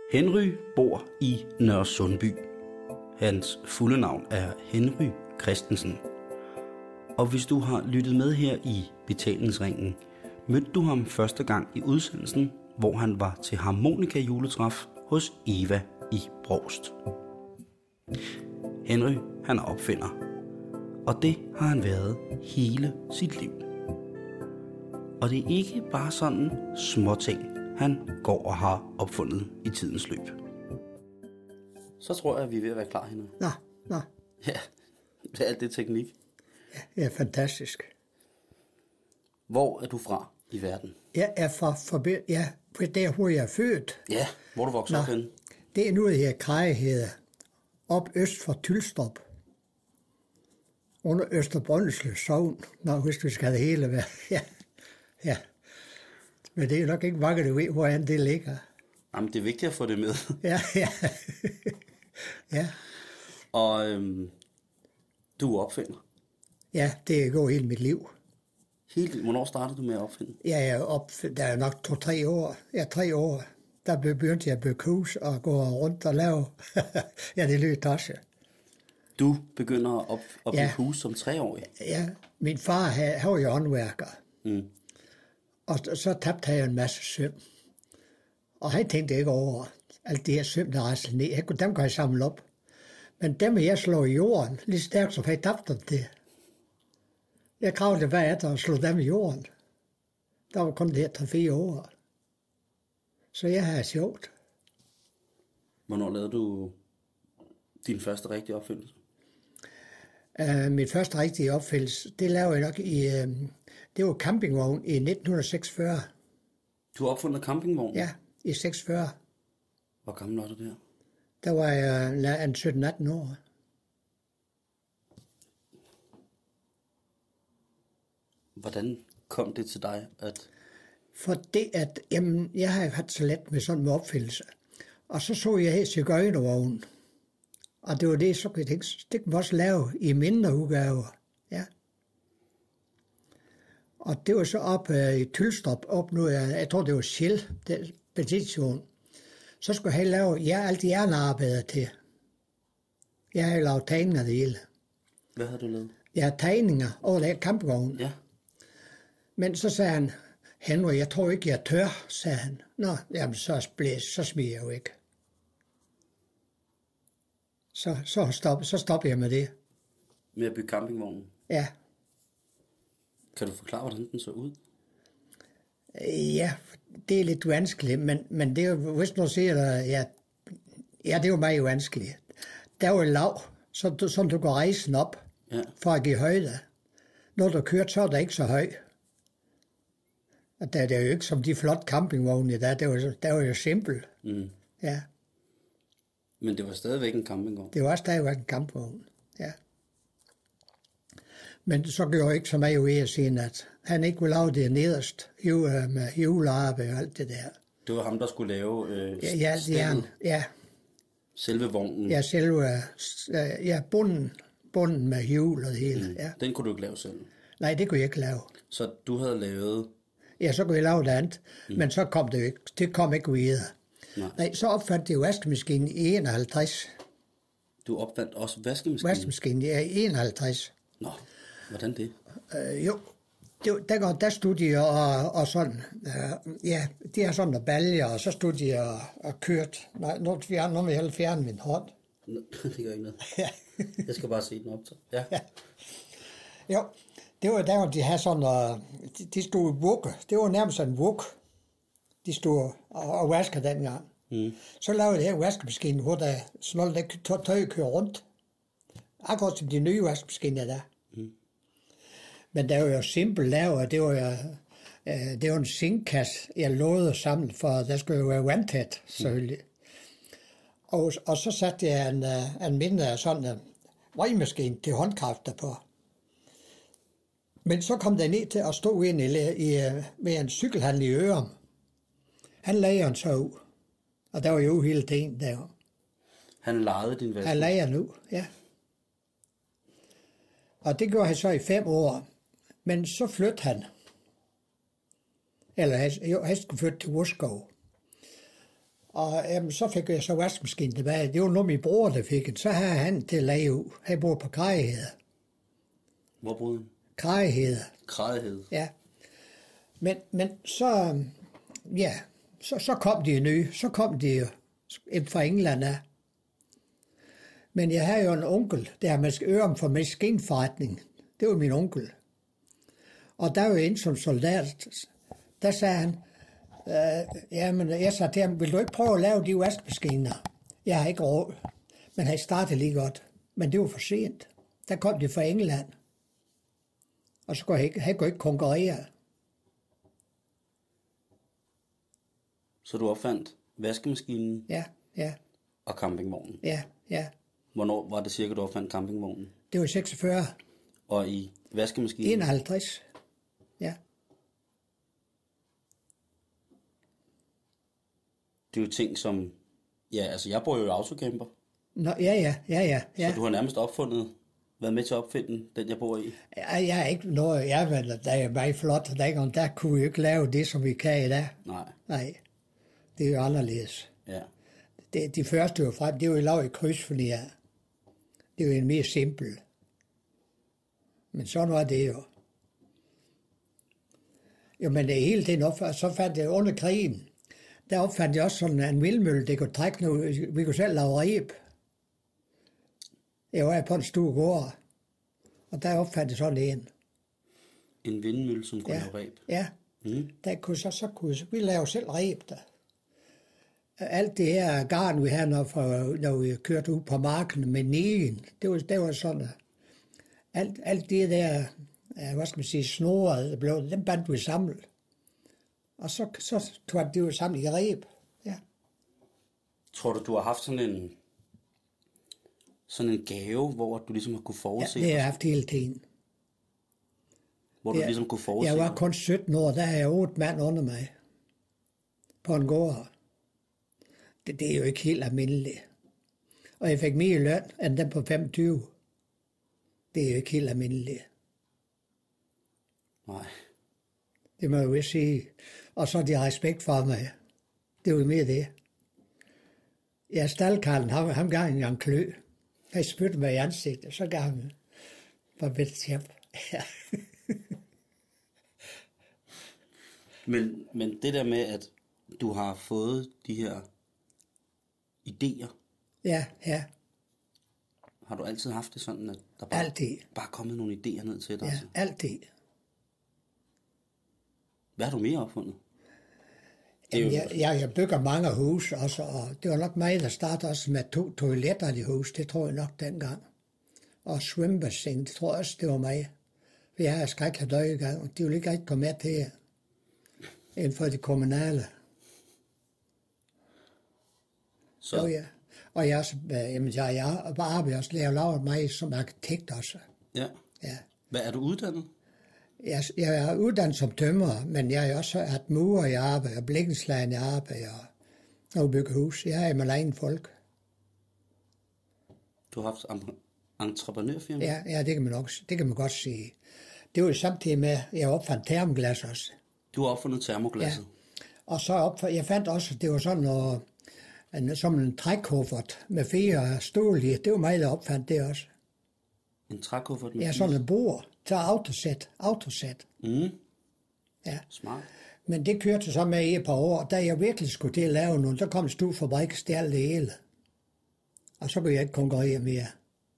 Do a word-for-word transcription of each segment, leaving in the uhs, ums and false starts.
Henry bor i Nørre Sundby. Hans fulde navn er Henry Christensen. Og hvis du har lyttet med her i Betalingsringen, mødte du ham første gang i udsendelsen, hvor han var til harmonika juletræf hos Eva i Brovst. Henry, han er opfinder, og det har han været hele sit liv. Og det er ikke bare sådan småting, han går og har opfundet i tidens løb. Så tror jeg, at vi er ved at være klar, Henry. Nå, nå. Ja, det er alt det teknik. Ja, det er fantastisk. Hvor er du fra i verden? Jeg er fra, forbi- ja, der hvor jeg er født. Ja, hvor er du vokset op henne? Det er noget her Krejehede, op øst for Tylstrup. Under Østerbrøndsle sogn. Nå, hvis vi skal have det hele være. Ja, ja. Men det er nok ikke mange, der ved, hvor det ligger. Jamen, det er vigtigt at få det med. Ja, ja. Ja. Og øhm, du er opfinder. Ja, det er gået hele mit liv. Helt, hvornår startede du med at opfinde? Ja, jeg er op, der er nok to-tre år. Ja, tre år. Der begyndte jeg at bygge hus og gå rundt og lave. Ja, det lød også. Du begynder at, op, at bygge Ja. hus som treårig? Ja, min far han, han var jo håndværker. Mm. Og så tabte jeg en masse søm. Og han tænkte ikke over alt det her søm, der rasslede ned. Jeg kunne, dem kan jeg samle op. Men dem vil jeg slå i jorden, lige stærkt, så jeg tabte det. Jeg kravlede hvad efter og slog dem i jorden. Der var kun det her tre-fire år. Så jeg havde sjovt. Hvornår lavede du din første rigtige opfindelse? Uh, mit første rigtige opfældelse, det lavede jeg nok i, uh, det var campingvogn i nitten seksogfyrre. Du har opfundet campingvognen? Ja, i seksogfyrre. Hvor gammel var du der? Der var jeg uh, sytten atten år. Hvordan kom det til dig, at... For det, at jamen, jeg har haft så let med sådan med opfældelse. Og så så jeg her sigøjnervognen. Og det var det, så kunne jeg tænke, det kan vi også lave i mindre udgaver. Ja. Og det var så op uh, i Tylstrup, op nu, jeg, jeg tror det var Shell, den petition. Så skulle jeg lave, ja, alt jernarbejder til. Jeg har lavet tegninger af det hele. Hvad havde du lavet? Jeg har tegninger over der kampvogn. Ja. Men så sagde han, Henry, jeg tror ikke, jeg tør, sagde han. Nå, jamen så, blæs, så smiger jeg jo ikke. Så, så, stop, så stopper jeg med det. Med at bygge campingvognen? Ja. Kan du forklare, hvordan den så ud? Ja, det er lidt vanskeligt, men, men det er jo, hvis du siger det, ja, ja, det er jo meget vanskeligt. Der er jo lav, så du, som du kan rejse den op, Ja. for at give højde. Når du kører, så er der ikke så høj. Og der, det er jo ikke som de flotte campingvogne, der, der, var, der var jo simpelt. Mm. Ja. Men det var stadigvæk en campingvogn? Det var også stadigvæk en kampvogn, ja. Men så gjorde jeg ikke så meget ved at sige, at han ikke ville lave det nederst, med julearbejde og alt det der. Det var ham, der skulle lave øh, Ja, ja, ja, ja, selve vognen? ja, selve, ja, bunden, bunden med hjul og det hele, Mm. ja. Den kunne du ikke lave selv? Nej, det kunne jeg ikke lave. Så du havde lavet... Ja, så kunne jeg lave det andet, mm. men så kom det jo ikke, det kom ikke videre. Nej. Nej, så opfandt det jo vaskemaskinen i enoghalvtreds. Du opfandt også vaskemaskinen? Vaskemaskinen, ja, i enoghalvtreds. Nå, hvordan det? Øh, jo, det, var- der, går, der stod de og, og sådan, øh, ja, de har sådan nogle baljer, og så stod de og, og kørt. Nej, nu, fjern, nu vil jeg hellere fjerne min hånd. Nå, det gør ikke noget. Ja. Jeg skal bare se den op til. Ja. Ja. Jo, det var der, hvor de havde sådan, og de, de stod i vugge. Det var nærmest en vugge. De stod og, og vaskede dengang. Mm. Så lavede det her vaskemaskine, hvor der sådan noget, der tøj kører rundt. Akkurat som de nye vaskemaskiner der. Mm. Men der var jo simpelt lavet, det var jo, øh, det var en zinkkasse, jeg lovede at samle, for der skulle jo være vandtæt, selvfølgelig. Mm. Og, og så satte jeg en, uh, en mindre sådan en vrejmaskine til håndkræfter på. Men så kom der ned til at stå ind i, i, med en cykelhandel i Ørum. Han lagde han så ud, og der var jo hele tiden der. Han lejede din vaskemaskine? Han lagde nu, ja. Og det gjorde han så i fem år. Men så flyttede han. Eller han, jo, han skulle flytte til Voskov. Og jamen, så fik jeg så vaskemaskinen tilbage. Det var nu min bror, der fik den. Så havde han til at lage ud. Han boede på Krejehede. Hvor boede han? Krejehede. Krejehede. Ja. Men, men så, ja, så, så kom de nye. Så kom de jo fra England af. Men jeg havde jo en onkel, der med øren for maskinforretning. Det var min onkel. Og der var jo en som soldat. Der sagde han, øh, jamen jeg sagde til ham, vil du ikke prøve at lave de vaskemaskiner? Jeg har ikke råd. Men han startede lige godt. Men det var for sent. Der kom de fra England. Og så kunne han ikke, han kunne ikke konkurrere. Så du opfandt vaskemaskinen? Ja, ja. Og campingvognen? Ja, ja. Hvornår var det cirka, du opfandt campingvognen? Det var seksogfyrre. Og i vaskemaskinen? enoghalvtreds. Ja. Det er jo ting som... Ja, altså jeg bor jo i autocamper. Nå, ja, ja, ja, ja, ja. Så du har nærmest opfundet, været med til at opfinde den, jeg bor i? Jeg, jeg er ikke noget, jeg ved, der er meget flot, der, der kunne vi jo ikke lave det, som vi kan i dag. Nej. Nej, det er jo anderledes. Ja. Det, de første var frem, det var jo lavet i kryds, fordi ja, det var jo en mere simpel. Men sådan var det jo. Jo, men det hele det opfandt, så fandt jeg under krigen, der opfandt jeg også sådan en vildmølle, det kunne trække noget, vi kunne selv lave reb. Jeg var på en stor gård, og der opfandt jeg sådan en. En vindmølle, som kunne Ja, lave reb? ja. Mm. Der kunne så, så kunne vi lave selv reb der. Alt det her garn, vi havde, når, for, når vi kørte ud på marken med negen, det var, det var sådan, alt, alt det der, hvad skal man sige, snoret, blev, dem bandt vi samlet. Og så, så tog det jo sammen i reb. Ja. Tror du, du har haft sådan en, sådan en gave, hvor du ligesom har kunne forudse? Ja, det har jeg haft hele tiden. Hvor du Ja, ligesom kunne forudse? Jeg var kun sytten år, der havde jeg otte mand under mig. På en gård. Det, det er jo ikke helt almindeligt. Og jeg fik mere løn end den på femogtyve. Det er jo ikke helt almindeligt. Nej. Det må jeg jo sige. Og så de har respekt for mig. Det er jo mere det. Ja, staldkarlen, ham, ham gav en gang klø. Han spyttede mig i ansigtet, så gav han for bedt til ja. men, men det der med, at du har fået de her idéer, Ja, ja. har du altid haft det sådan, at der bare, Altid. bare er kommet nogle idéer ned til dig? Ja, Altså? altid. Hvad har du mere opfundet? Jamen, jeg, jeg, jeg bygger mange hus også, og det var nok mig, der startede også med to toiletter i hus, det tror jeg nok dengang. Og svømmebassin, det tror jeg også, det var mig. For jeg har skrækket døje i gang, og de ville ikke rigtig komme med til her, inden for de kommunale. Så, Jo, ja. Og jeg, også, jamen, jeg, jeg arbejder også, jeg lavet mig som arkitekt også. ja. Ja. Hvad er du uddannet? Jeg, jeg er uddannet som tømrer, men jeg har også haft murer i arbejde, og blikkenslagen i arbejde, og, og bygge hus. Jeg er med egen folk. Du har haft entreprenørfirma? Ja, ja, det kan man nok, det kan man godt sige. Det var jo samtidig med, at jeg opfandt termoglas også. Du har opfundet termoglasset? Ja. Og så opfandt, jeg fandt også, det var sådan noget, en, som en trækuffert med fire stål i. Det var mig, der opfandt det også. En trækuffert med Ja, sådan en bord til autosæt. Autosæt. Mm. Ja. Smart. Men det kørte så med i et par år, da jeg virkelig skulle til at lave noget, der kom en stor fabrik og stjal det hele. Og så kunne jeg ikke konkurrere mere.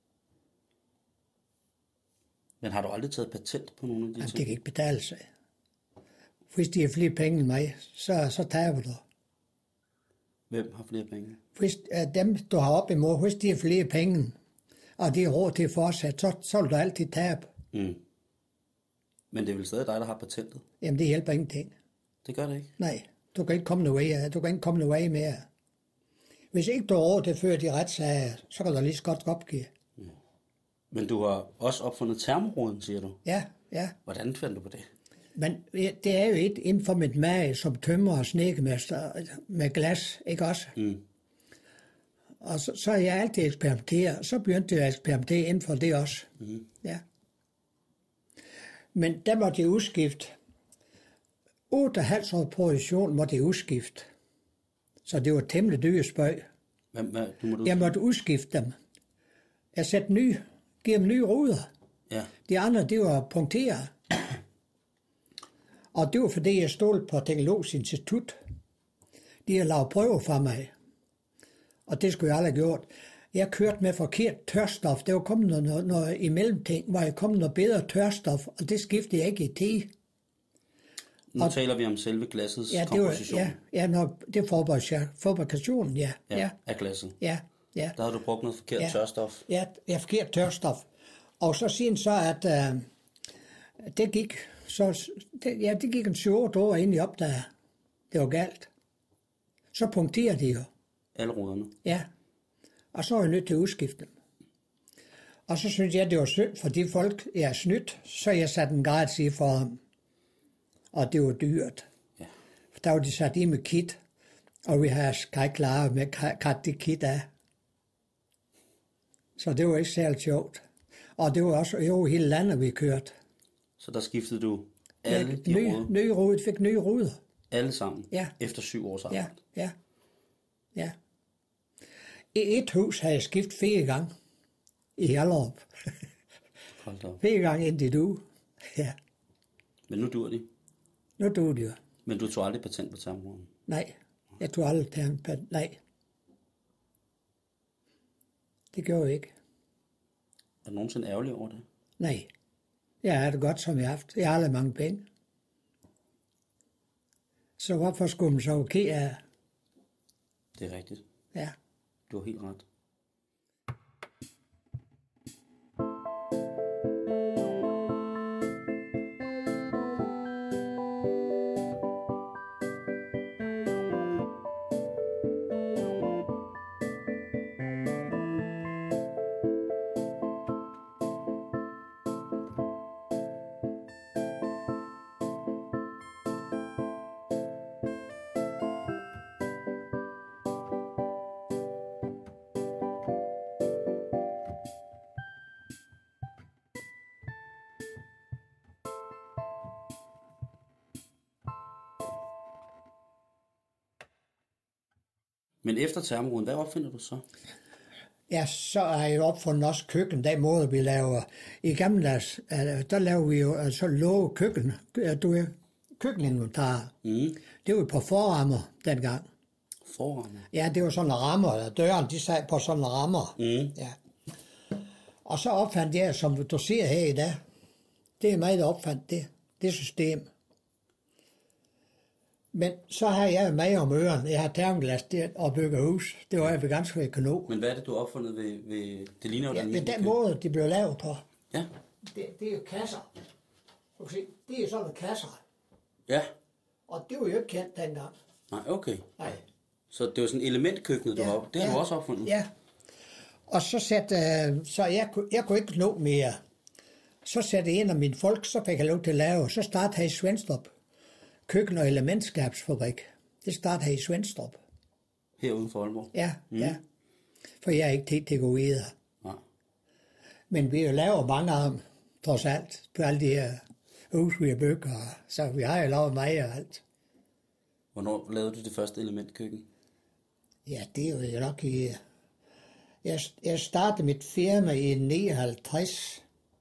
Men har du aldrig taget patent på nogle af de Jamen, ting? det kan ikke betale sig. Hvis de har flere penge end mig, så, så taber du. Hvem har flere penge? Hvis uh, dem, du har op imod, hvis de har flere penge, og de har råd til at fortsætte, så, så vil du altid tabe. Mm. Men det er vel stadig dig, der har patentet? Jamen, det hjælper ingenting. Det gør det ikke? Nej, du kan ikke komme noget du kan ikke komme noget mere. Hvis ikke du har råd til at føre de retssager, så kan du lige så godt opgive. Mm. Men du har også opfundet termoråden, siger du? Ja, ja. Hvordan fandt du på det? Men det er jo et inden for mit mage som tømrer og snedkemester med glas, ikke også? Mm. Og så, så er jeg altid eksperimenteret, så begyndte jeg at eksperimentere inden for det også. Mm. Ja. Men der måtte jeg udskifte. otte og halvt år produktion måtte jeg udskifte. Så det var temmelig dyre spøg. Hvad, hvad, du måtte Jeg måtte udskifte dem. Jeg satte nye, giver dem nye ruder. Ja. De andre, det var punkteret. Og det var fordi, jeg stod på Teknologisk Institut. De har lavet prøver for mig. Og det skulle jeg aldrig have gjort. Jeg kørte med forkert tørstof. Det var kommet noget, noget, noget i mellemting, hvor jeg kom noget bedre tørstof, og det skiftede jeg ikke i tid. Nu og, taler vi om selve glassets ja, det komposition. var, ja, ja når, det er fabrikationen, ja. Ja, ja. af glasset. Ja, ja. Der har du brugt noget forkert ja, tørstof. Ja, ja, forkert tørstof. Og så siden så, at øh, det gik, så, det, ja, det gik en syv otte år, inden jeg opdagede, det var galt. Så punkterede de jo. Alle ruderne. Ja. Og så var jeg nødt til at udskifte dem. Og så synes jeg, det var synd for de folk, jeg er snydt, så jeg satte en gratis i for dem. Og det var dyrt. Ja. For der var de sat i med kit, og vi har skal ikke klare med at kat det kit af. Så det var ikke særlig sjovt. Og det var også over hele landet, vi kørte. Så der skiftede du alle ja, de nye, ruder? Nye ruder, fik nye ruder. Alle sammen? Ja. Efter syv års arbejde? Ja, ja, ja. I et hus har jeg skiftet fire gange. I Hjallerup. Hold da op. Fire gange indtil du. Ja. Men nu dur de? Nu duer det jo. Men du tog aldrig patent på termoen? Nej, jeg tog aldrig til en patent. Nej. Det gjorde jeg ikke. Er du nogensinde ærgerlig over det? Nej. Jeg har det godt, som jeg har haft. Jeg har aldrig mange penge. Så hvorfor skulle man så okay af? Det er rigtigt. Ja. Du har helt ret. Men efter termoen, hvad opfinder du så? Ja, så har jeg jo opfundet også køkken, den måde vi laver. I gamle dags, der laver vi jo altså låge køkken. Du er køkkeninventar. Mm. Det var på forrammer dengang. Forrammer? Ja, det var sådan rammer. Døren, de sad på sådan rammer. Mm. Ja. Og så opfandt jeg, som du ser her i dag, det er mig, der opfandt det, det system. Men så har jeg med om øren. Jeg har termoglas der og bygger hus. Det var jeg ved ganske ved kanon. Men hvad er det, du har opfundet ved... ved det ligner jo ja, den men den måde, de blev lavet på. Ja. Det, det er jo kasser. Du kan se, det er sådan nogle kasser. Ja. Og det var jo ikke kendt dengang. Nej, okay. Nej. Så det var sådan elementkøkkenet, du Ja, har op. Det har ja, du også opfundet. Ja. Og så satte, øh, så jeg, jeg kunne ikke nå mere. Så satte en af mine folk, så fik jeg lov til at lave. Så startede jeg i Svenstrup. Køkken- og elementskabsfabrik. Det startede her i Svenstrup. Her uden for Aalborg? Ja, mm. ja. For jeg er ikke tid til at gå videre. Nej. Men vi har lavet mange af dem, trods alt, på alle de her hus, vi har bygget. Så vi har jo lavet meget og alt. Hvornår lavede du det første elementkøkken? Ja, det er jo nok i... Jeg, jeg startede mit firma i nioghalvtreds.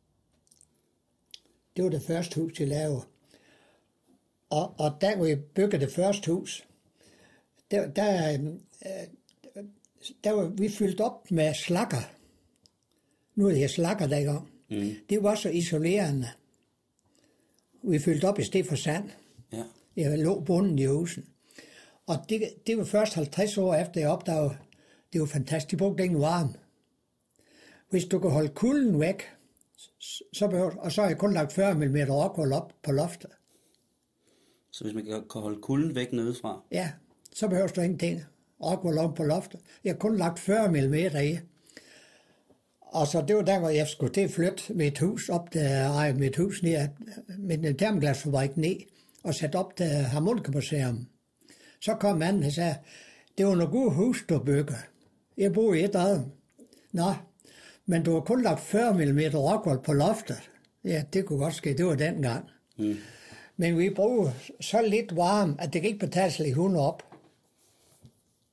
Det var det første hus, jeg lavede. Og, og da vi byggede det første hus, der, der, øh, der var vi fyldt op med slakker. Nu er det her slakker dengang. Mm. Det var så isolerende. Vi fyldte op i stedet for sand. Ja. Jeg lå bunden i husen. Og det, det var først halvtreds år efter, jeg opdagede, det var fantastisk. De brugte ingen varme. Hvis du kan holde kulden væk, så behøver, og så har jeg kun lagt fyrre millimeter rockwool op på loftet. Så hvis man kan holde kulden væk nedefra? Ja, så behøver du ingenting. Rockwool op på loftet. Jeg har kun lagt fyrre millimeter i. Og så det var der, hvor jeg skulle til at flytte mit hus op til, ej, mit hus ned, med en termoglasfabrik ned, og sætte op til Harmonikamuseum. Så kom manden og sagde, det var noget god hus, du bygger. Jeg bor i et af dem. Nå, men du har kun lagt fyrre millimeter rockwool på loftet. Ja, det kunne godt ske, det var dengang. Mm. Men vi bruger så lidt varme, at det kan ikke betale sig lige hundrede op.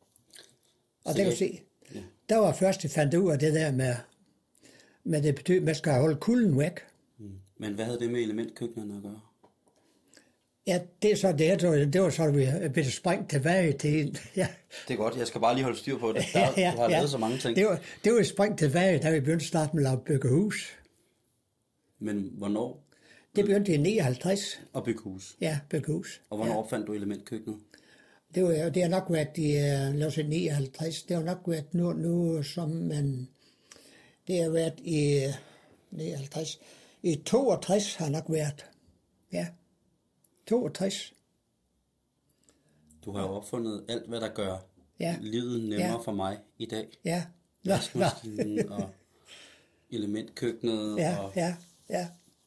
Og det kan du se. Ja. Der var først, jeg fandt ud af det der med, med det betyder, at man skal holde kulden væk. Mm. Men hvad havde det med elementkøkkenerne at gøre? Ja, det er så det, det var så, vi blev springt tilbage til en. Ja. Det er godt, jeg skal bare lige holde styr på det. Der, ja, ja, du har ja. lavet så mange ting. Det var, det var springt tilbage, da vi begyndte at starte med at bygge hus. Men hvornår? Det begyndte i nioghalvtreds. At bygge hus? Ja, bygge hus. Og hvornår ja. opfandt du elementkøkkenet? Det, var, det har nok været i, lad os sige, nioghalvtreds. Det har nok været nu, nu som man, det har været i nioghalvtreds. I toogtres har nok været, ja, toogtres. Du har jo opfundet alt, hvad der gør ja. livet nemmere ja. for mig i dag. Ja. Vaskemaskinen og elementkøkkenet. Ja, og... ja, ja.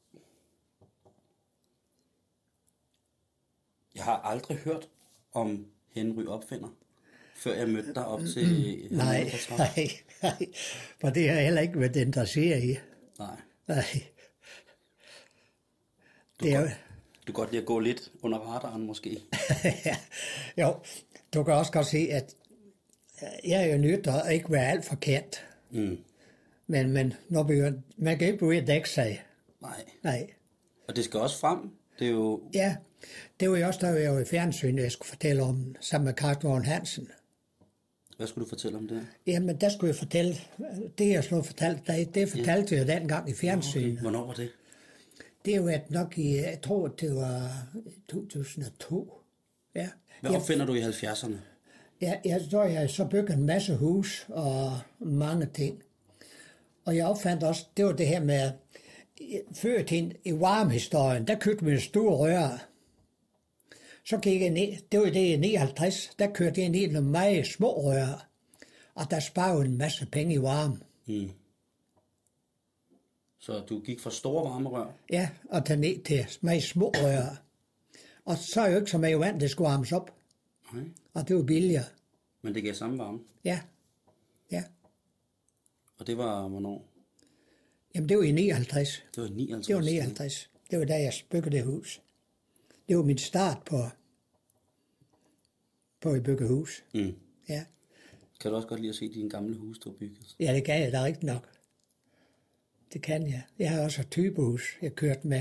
Jeg har aldrig hørt om Henry opfinder, før jeg mødte dig op til... Mm, nej, nej, nej, for det har jeg heller ikke været interesseret i. Nej. Nej. Du, det er godt, du kan godt lide at gå lidt under radaren, måske. Ja, jo, du kan også godt se, at jeg er jo nødt til at ikke være alt for kendt. Mm. Men, men når vi, man kan ikke begynde at dække sig. Nej. Nej. Og det skal også frem. Det er jo... Ja, det var jo også, der var jeg jo i fjernsynet, jeg skulle fortælle om, sammen med Carsten Vogn Hansen. Hvad skulle du fortælle om det? Jamen, der skulle jeg fortælle, det jeg skulle fortælle dig, det fortalte ja. jeg dengang i fjernsynet. Okay. Hvornår var det? Det er jo et nok i, jeg tror, det var to tusind og to. Ja. Hvad jeg, opfinder du i halvfjerdserne? Ja, jeg tror, jeg så bygget en masse hus og mange ting. Og jeg opfandt også, det var det her med, før til i varmehistorien, der købte vi en stor rør. Så gik jeg ned, det var det i nioghalvtreds, der kørte jeg ned i nogle meget små rør. Og der sparede en masse penge i varme. Mm. Så du gik fra store varmerør? Ja, og tage ned til meget små rør. Og så er jo ikke så meget vand, det skulle varmes op. Nej. Og det var billigere. Men det gav samme varme? Ja, ja. Og det var hvornår? Jamen det var i nioghalvtreds. Det var nioghalvtreds? Det var nioghalvtreds. Det var da jeg byggede det hus. Det var min start på, på at bygge hus. Mm. Ja. Kan du også godt lide at se dine gamle hus, du har bygget? Ja, det kan jeg da rigtig nok. Det kan jeg. Jeg har også et typehus, jeg kørt med.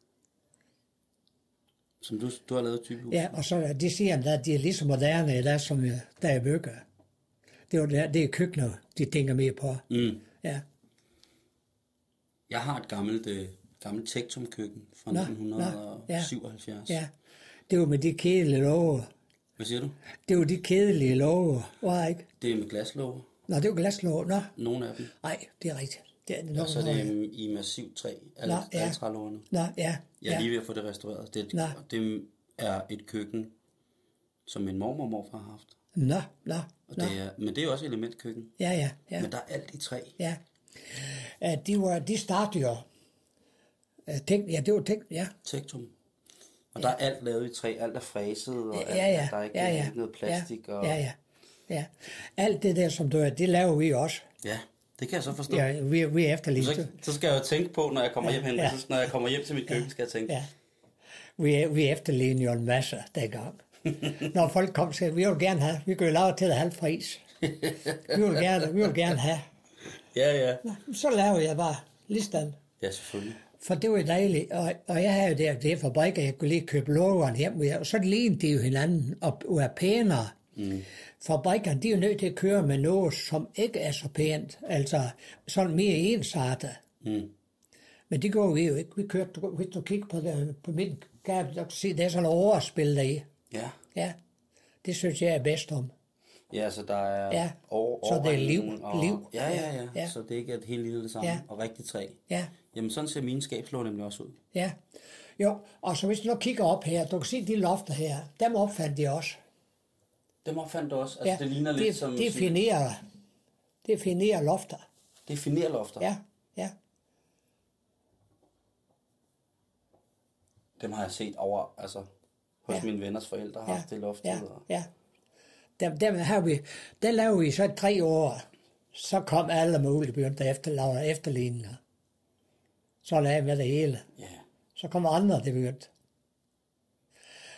Som du, du har lavet typehus? Ja, og så de siger, at de er lige så moderne, der, som jeg, der jeg bygger. Det er, der, det er køkkener, de tænker mere på. Mm. Ja. Jeg har et gammelt, øh, gammelt Tectum-køkken fra nå, nitten syvoghalvfjerds. Ja, ja, det var med de kedelige låger. Hvad siger du? Det var de kedelige låger, var ikke? Det er med glaslåger. Nå, det var glaslåger, nå. Nogle af dem. Nej, det er rigtigt. Det er, og så er det i massiv træ, alle, nå, ja. alle trælågerne. Nå, ja. Jeg er lige ved at få det restaureret. Det, det er et køkken, som min mormor og morfar har haft. Nå, nå, og det er, men det er også elementkøkken. Ja, ja, ja. Men der er alt i træ. Ja. De, var, de startede jo. Tænk, ja, det var tænkt, ja. Tectum. Og ja. Der er alt lavet i træ, alt er fræset, og ja, alt, ja, der er ikke, ja, ja. ikke noget plastik. Ja, og... ja, ja, ja. Alt det der, som du er, det laver vi også. Ja, det kan jeg så forstå. Ja, vi, vi er efterlignet. Så, så skal jeg jo tænke på, når jeg kommer ja, hjem hen, ja. så, når jeg kommer hjem til mit køkken, ja, skal jeg tænke. Ja. Vi, er, vi efterligner jo en masse dengang. Når folk kom til, vi vil gerne have, vi kan jo lave til det halv pris. Vi vil gerne, vi vil gerne have. Ja, ja. Nå, så laver jeg bare listen. Ja, selvfølgelig. For det var dejligt, og, og jeg havde jo der, det fabrikker, jeg kunne lige købe lågerne hjem, og så lignede de jo hinanden, og var pænere. Mm. Fabrikkerne, de er jo nødt til at køre med noget, som ikke er så pænt, altså sådan mere ensartet. Mm. Men det går vi jo ikke. Vi kørte, hvis du kigger på, det, på min gave, du kan se, der er sådan noget overspil deri. Ja. Ja, det synes jeg er bedst om. Ja, så der er ja. år, så det er liv, og... liv. Ja, ja, ja, ja. Så det er ikke et helt lille det samme, ja. Og rigtigt træ. Ja. Jamen, sådan ser mine skabslåg nemlig også ud. Ja, jo, og så hvis du nu kigger op her, du kan se de lofter her, dem opfandt de også. Dem opfandt du også? Altså, ja, det ligner det, lidt som... Det definerer, definerer lofter. Definerer lofter? Ja, ja. Dem har jeg set over, altså, hos ja. mine venners forældre har ja. haft det loft. Ja, og... ja. Dem, dem har vi, der lavede vi så tre år, så kom alle mulige begyndte at efterlave efterligninger. Så lavede vi det hele. Ja. Så kom andre, det begyndte.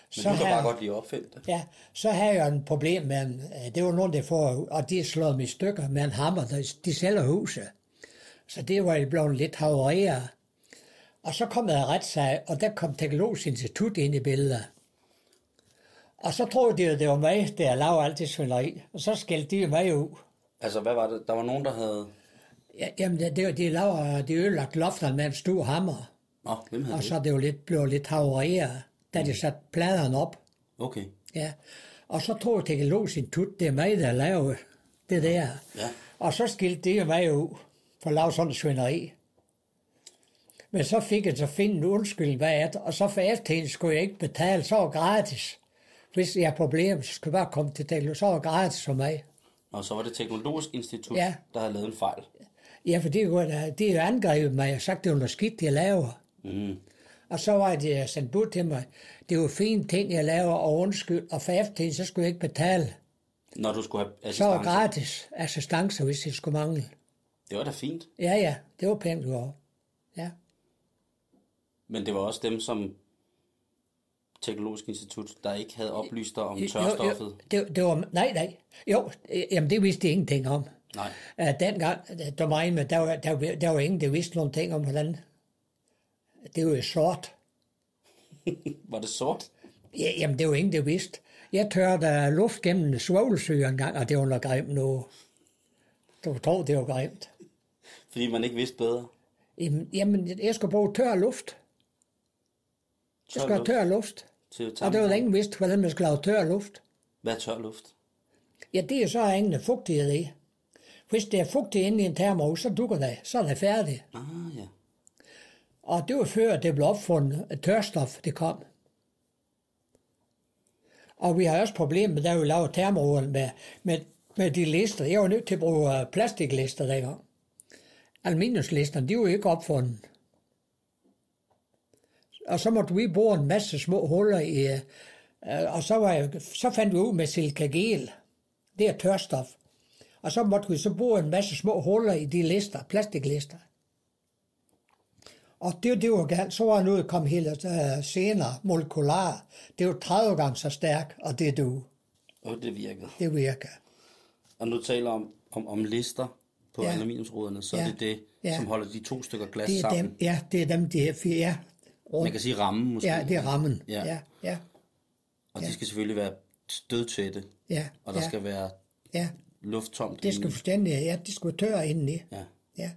så du kan bare godt lide at opfinde det. Ja, så havde jeg en problem med, en, det var nogen, der får, og de slået mig i stykker med en hammer, de, de sælger huset. Så det var jeg blevet lidt havereret. Og så kom jeg retssag, og der kom Teknologisk Institut ind i billedet. Og så troede de, at det var mig, der lavede alt det svindleri. Og så skældte de mig ud. Altså, hvad var det? Der var nogen, der havde... Ja, jamen, det, det, de lavede, de ødelagt lofterne med en stor hammer. Nå, hvem havde Og det? så det jo lidt, blev lidt havereret, da de satte pladerne op. Okay. Ja. Og så troede Teknologisk Institut, det er mig, der lavede det der. Ja. Og så skilte de mig ud for at lave sådan en svinderi. Men så fik jeg så finde en undskyldning bag, og så for efterhånden skulle jeg ikke betale, så var gratis. Hvis jeg har problemer, så skulle jeg bare komme til Teknologisk, så var gratis for mig. Og så var det Teknologisk Institut, Ja. der havde lavet en fejl. Ja, for det var da, de har angrebet mig og sagt, det var noget skidt, jeg laver. Mm. Og så var det sendt bud til mig, det var fine ting, jeg laver, og undskyld, og for efterhånden, så skulle jeg ikke betale. Når du skulle have Så assistance. var gratis assistance, hvis jeg skulle mangle. Det var da fint. Ja, ja, det var pænt, du var. Ja. Men det var også dem, som Teknologisk Institut, der ikke havde oplyst dig om Jo, tørstoffet. jo, det, det var, nej, nej. Jo, øh, jamen det vidste jeg ingenting om. Nej. Uh, dengang, der var, en, der, var, der, var, der var ingen, der vidste nogle ting om, hvordan det var jo sort. Var det sort? Ja, jamen det var ingen, der vidste. Jeg tørte luft gennem svovlsyre en gang, og det var noget grimt nu. Du tror, det var grimt. Fordi man ikke vidste bedre. Jamen, jamen jeg skulle bruge tør luft. Jeg skulle have tør luft. Til Og det var der ingen vidste, hvordan man skulle lave tør luft. Hvad er tør luft? Ja, det er så ingen fugtighed i. Hvis det er fugtigt inde i en termos, så dukker det. Så er det færdigt. Ah, ja. Og det var før, det blev opfundet, at tørstof, det kom. Og vi har også problemer med, da vi lavede termoer med, med, med de lister. Jeg var nødt til at bruge plastiklister dengang. Aluminiumslisterne, de var jo ikke opfundet. Og så måtte vi bruge en masse små huller i, øh, og så, var jeg, så fandt vi ud med silikagel. Det er tørstof. Og så måtte vi så bruge en masse små huller i de lister, plastiklister. Og det, det var galt. Så var noget kom helt uh, senere, molekular. Det var tredive gange så stærk, og det du. Og det virkede. Det virker. Og nu taler om, om, om lister på Ja. aluminiumsruderne, så Ja. er det det, Ja. som holder de to stykker glas Det er sammen. dem, ja, det er dem, det er fire, ja. Man kan sige rammen måske. Ja, det er rammen. Ja. Ja, ja, Og de skal selvfølgelig være stødtætte, ja. og der ja, skal være ja. lufttomt. Det skal inde. fuldstændig, ja, det skal være tør indeni. Ja. Ja.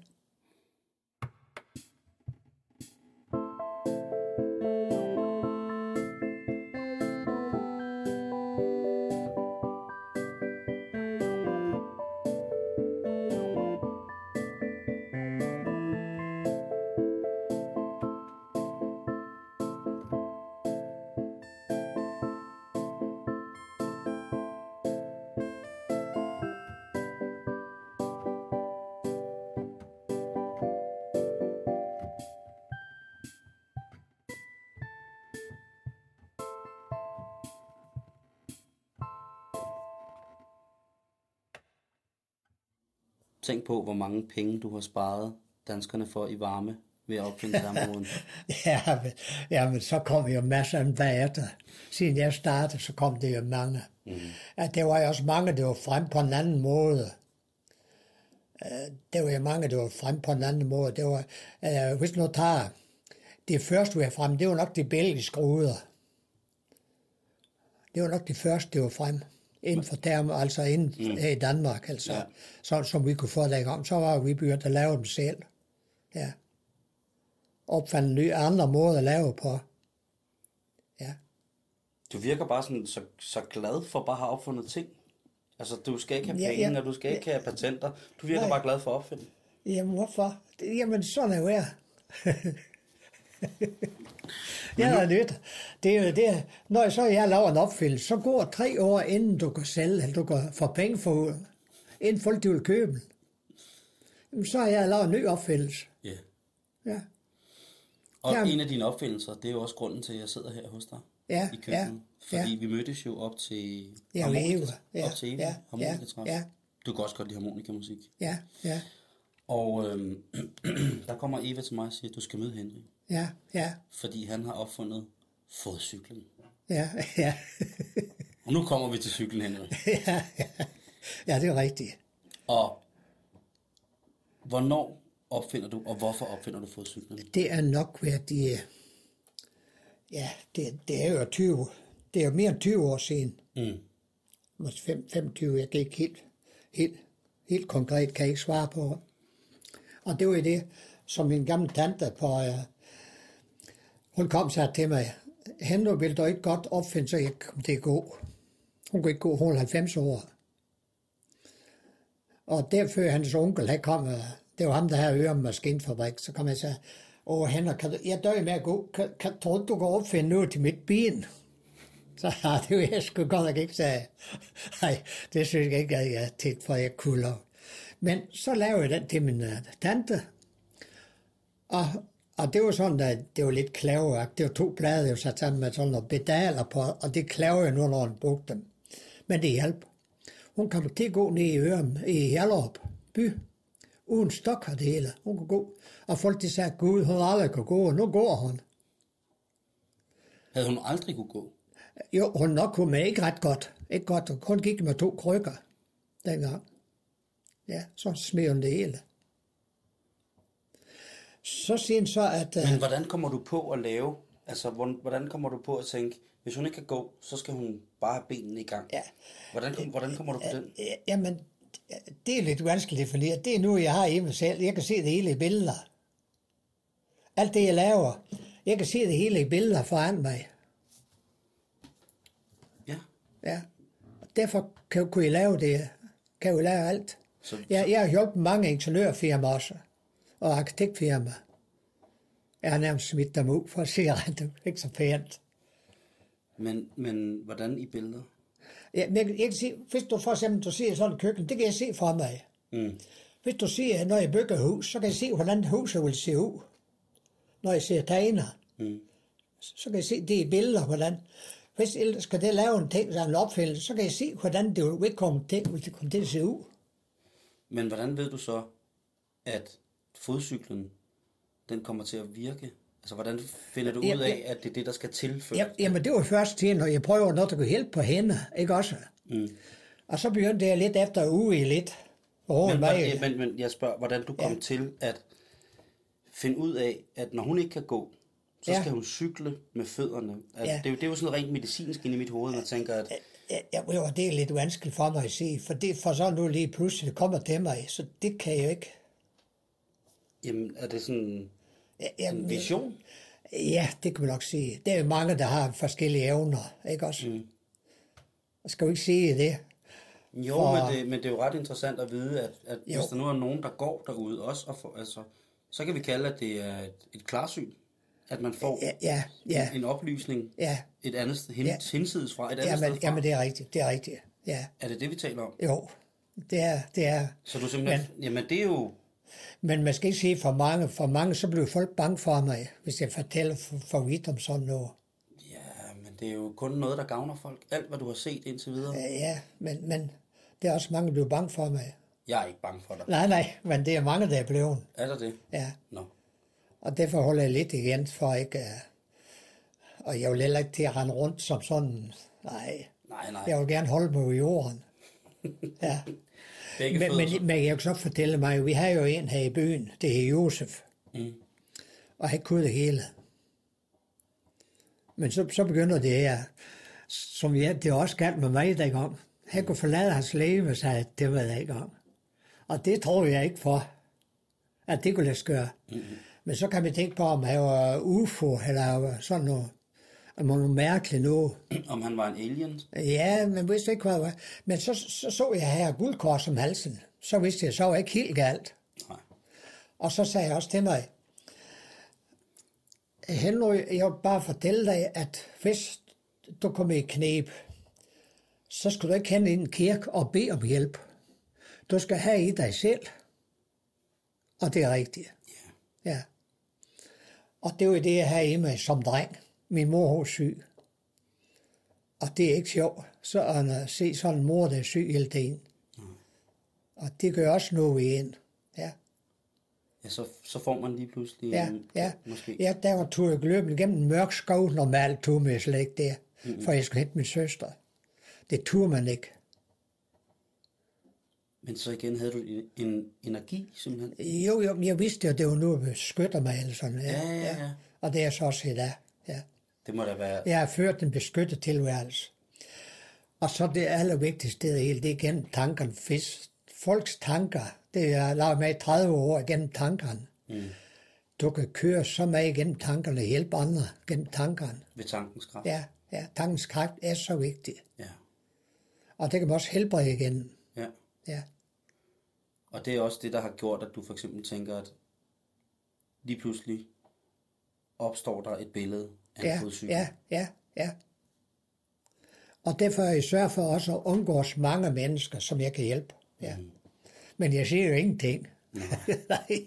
Tænk på, hvor mange penge du har sparet danskerne for i varme ved at opfinde termoen. Ja, men, ja, men så kom jo masser af bagefter. Siden jeg startede, så kom det jo mange. Mm. Ja, der var jo også mange, der var frem på en anden måde. Uh, der var jo mange, der var frem på en anden måde. Det var, uh, hvis nu tager det første, vi var frem, det var nok de belgiske ruder. Det var nok de første, der var frem. Inden for term, altså inden mm. her i Danmark, altså. Ja. Så, som vi kunne få det i gang. Så var vi begyndt at lave dem selv. Ja. Opfandt nye andre måder at lave på. Ja. Du virker bare sådan så, så glad for bare at have opfundet ting. Altså, du skal ikke have Ja, penge, ja. og du skal ikke have patenter. Du virker Nej. bare glad for at opfinde. Jamen, hvorfor? Det, jamen, sådan er jo jeg. Jeg er nyt. Det er jo det. Når så jeg laver en opfindelse, så går tre år, inden du kan sælge, eller du kan få penge for, inden folk de vil købe den. Jamen, så har jeg lavet en ny opfindelse. Ja. Yeah. Ja. Og Jamen. en af dine opfindelser, det er jo også grunden til, at jeg sidder her hos dig Ja, i køkkenet. ja, Fordi ja. vi mødtes jo op til Ja, harmonika, Eva. Ja, op til Eva, ja, harmonikatræf. ja, ja. Du kan også godt lide harmonikamusik. Ja, ja, Og øhm, der kommer Eva til mig og siger, at du skal møde Henry. ja, ja, Fordi han har opfundet fodcyklen. Ja, ja. Og nu kommer vi til cyklen, Henry. ja, ja. Ja, det er rigtigt. Og hvornår opfinder du, og hvorfor opfinder du fodcyklen? Det er nok ved, at de... Ja, det, det er jo tyve... Det er jo mere end tyve år siden. Mm. Måske femogtyve, jeg kan ikke helt, helt, helt konkret kan jeg ikke svare på. Og det var jo det, som min gamle tante på... Uh, hun kom så til mig, Henrik, vil du ikke godt opfinde, så jeg kom til at gå. Hun kunne ikke gå, hun var halvfems år. Og derfor hans onkel, han kom, det var ham, der havde øre med maskinfabrik, så kom jeg og sagde, åh Henrik, kan du, jeg dør med at gå, kan, kan, tror du, du kan opfinde noget til mit ben? Så ja, det var jeg sgu godt nok ikke sige. Nej, det synes jeg ikke, at jeg tænkte for, at jeg kunne lov. Men så lavede jeg den til min uh, tante, og, og det var sådan, at det var lidt klaveragt. Det var to plader, jeg sat sammen med sådan nogle pedaler på, og det klaver jeg nu, når hun brugte dem. Men det hjalp. Hun kom til at gå ned i Ørum, i Hjallerup by, uden stok og det hele. Hun kunne gå. Og folk de sagde, gud, hun aldrig kunne gå, og nu går hun. Havde hun aldrig kunne gå? Jo, hun nok kunne, men ikke ret godt. Ikke godt. Hun kun gik med to krykker dengang. Ja, så smed hun det hele. Så siger hun så, at... Men hvordan kommer du på at lave, altså hvordan kommer du på at tænke, hvis hun ikke kan gå, så skal hun bare have benene i gang? Ja. Hvordan, kom, hvordan kommer du på den? Jamen, det er lidt vanskeligt at definere. Det er nu, jeg har hjemme selv. Jeg kan se det hele i billeder. Alt det, jeg laver, jeg kan se det hele i billeder foran mig. Ja. Ja. Derfor kan, kunne jeg lave det. Kan jeg lave alt. Så, jeg, jeg har hjulpet mange ingeniørfirmaer også. Og arkitektfirmaer. Jeg har nærmest smidt dem ud for at se, at det ikke så pænt. Men, men hvordan i billeder? Ja, men jeg, jeg kan se, hvis du for eksempel du ser sådan et køkken, det kan jeg se for mig. Mm. Hvis du ser, når jeg bygger hus, så kan jeg se, hvordan huset vil se ud. Når jeg ser tegner, mm. så kan jeg se det i billeder, hvordan. Hvis jeg skal det lave en ting, så en opfældelse, så kan jeg se, hvordan det vil komme til, vil det komme til at se ud. Men hvordan ved du så, at fodcyklen, den kommer til at virke? Altså, hvordan finder du ja, ud af, at det er det, der skal tilføre? Ja, jamen, det var først til, når jeg prøver noget, der kunne hjælpe på hænder, ikke også? Mm. Og så begyndte jeg lidt efter uge i lidt. Men, mig, men, men jeg spørger, hvordan du kom ja. til at finde ud af, at når hun ikke kan gå, så ja. skal hun cykle med fødderne. Altså, ja. det, er jo, det er jo sådan rent medicinsk inde i mit hoved, man tænker, at... Ja, ja, det er lidt vanskeligt for mig at sige, for det for så nu lige pludselig, det kommer til mig, så det kan jeg ikke. Jamen, er det sådan ja, jamen, en vision? Ja, det kan man nok sige. Der er jo mange, der har forskellige evner, ikke også? Mm. Skal vi ikke sige det? Jo, for... men, det, men det er jo ret interessant at vide, at, at hvis der nu er nogen, der går derude også, og for, altså, så kan vi kalde, at det er et, et klarsyn. At man får ja, ja, ja. En, en oplysning ja. et andet sted, hen, ja. hinsides fra, et andet jamen, sted fra. Jamen, det er rigtigt, det er rigtigt, ja. Er det det, vi taler om? Jo, det er, det er. Så du simpelthen, men, jamen det er jo... Men man skal ikke sige for mange, for mange, så bliver folk bange for mig, hvis jeg fortæller for, for vidt om sådan noget. Ja, men det er jo kun noget, der gavner folk. Alt, hvad du har set indtil videre. Ja, ja men, men det er også mange, der bliver bange for mig. Jeg er ikke bange for dig. Nej, nej, men det er mange, der er blevet. Er der det? Ja. Nå. Og derfor holder jeg lidt igen, for ikke... Uh, og jeg vil heller ikke til at rende rundt som sådan... Nej, nej, nej. Jeg vil gerne holde mig i jorden. Ja. men, men, men jeg kan så fortælle mig, vi har jo en her i byen, det er Josef. Mm. Og han kunne det hele. Men så, så begynder det her, som jeg, det også galt med mig dengang. Han kunne forlade hans liv, og sagde, det var det ikke gang. Og det tror jeg ikke for, at det kunne lade sig gøre. Mm-hmm. Men så kan vi tænke på, om han var U F O, eller sådan noget, om noget mærkeligt noget. Om han var en alien? Ja, men vidste ikke, hvad det var. Men så så, så jeg her guldkors om halsen. Så vidste jeg, så var ikke helt galt. Nej. Og så sagde jeg også til mig, Henry, jeg vil bare fortælle dig, at hvis du kommer i knæb, så skal du ikke hen i en kirke og bede om hjælp. Du skal have i dig selv. Og det er rigtigt. Yeah. Ja. Og det var det, jeg havde i mig som dreng. Min mor var syg. Og det er ikke sjovt, så at se sådan en mor, der er syg hele tiden. Mm. Og det gør også noget ved en. Ja. Ja, så, så får man lige pludselig... Ja, en, ja. Måske. Ja, der var tog jeg løbende gennem en mørk skov, normalt tog med slet ikke der. mm-hmm. for jeg skulle hente min søster. Det turde man ikke. Men så igen havde du en, en energi, simpelthen? Jo, jo, jeg vidste jo, at det var noget, der beskytter mig. Eller sådan. Ja, ja, ja, ja. Og det er så også i dag. Ja. Det må da være... Jeg har ført en beskyttet tilværelse. Og så det allervigtigste det hele, det er gennem tankerne. Hvis folks tanker, det er lavet med i tredive år gennem tankerne. Mm. Du kan køre så meget gennem tankerne og hjælpe andre gennem tankerne. Ved tankens kraft? Ja, ja, tankens kraft er så vigtig. Ja. Og det kan man også helbrede igen. Ja. Ja. Og det er også det, der har gjort, at du for eksempel tænker, at lige pludselig opstår der et billede af ja, en fodcykel. Ja, ja, ja. Og derfor er jeg sørger for også at undgås mange mennesker, som jeg kan hjælpe. Ja. Mm. Men jeg siger jo ingenting. Nej.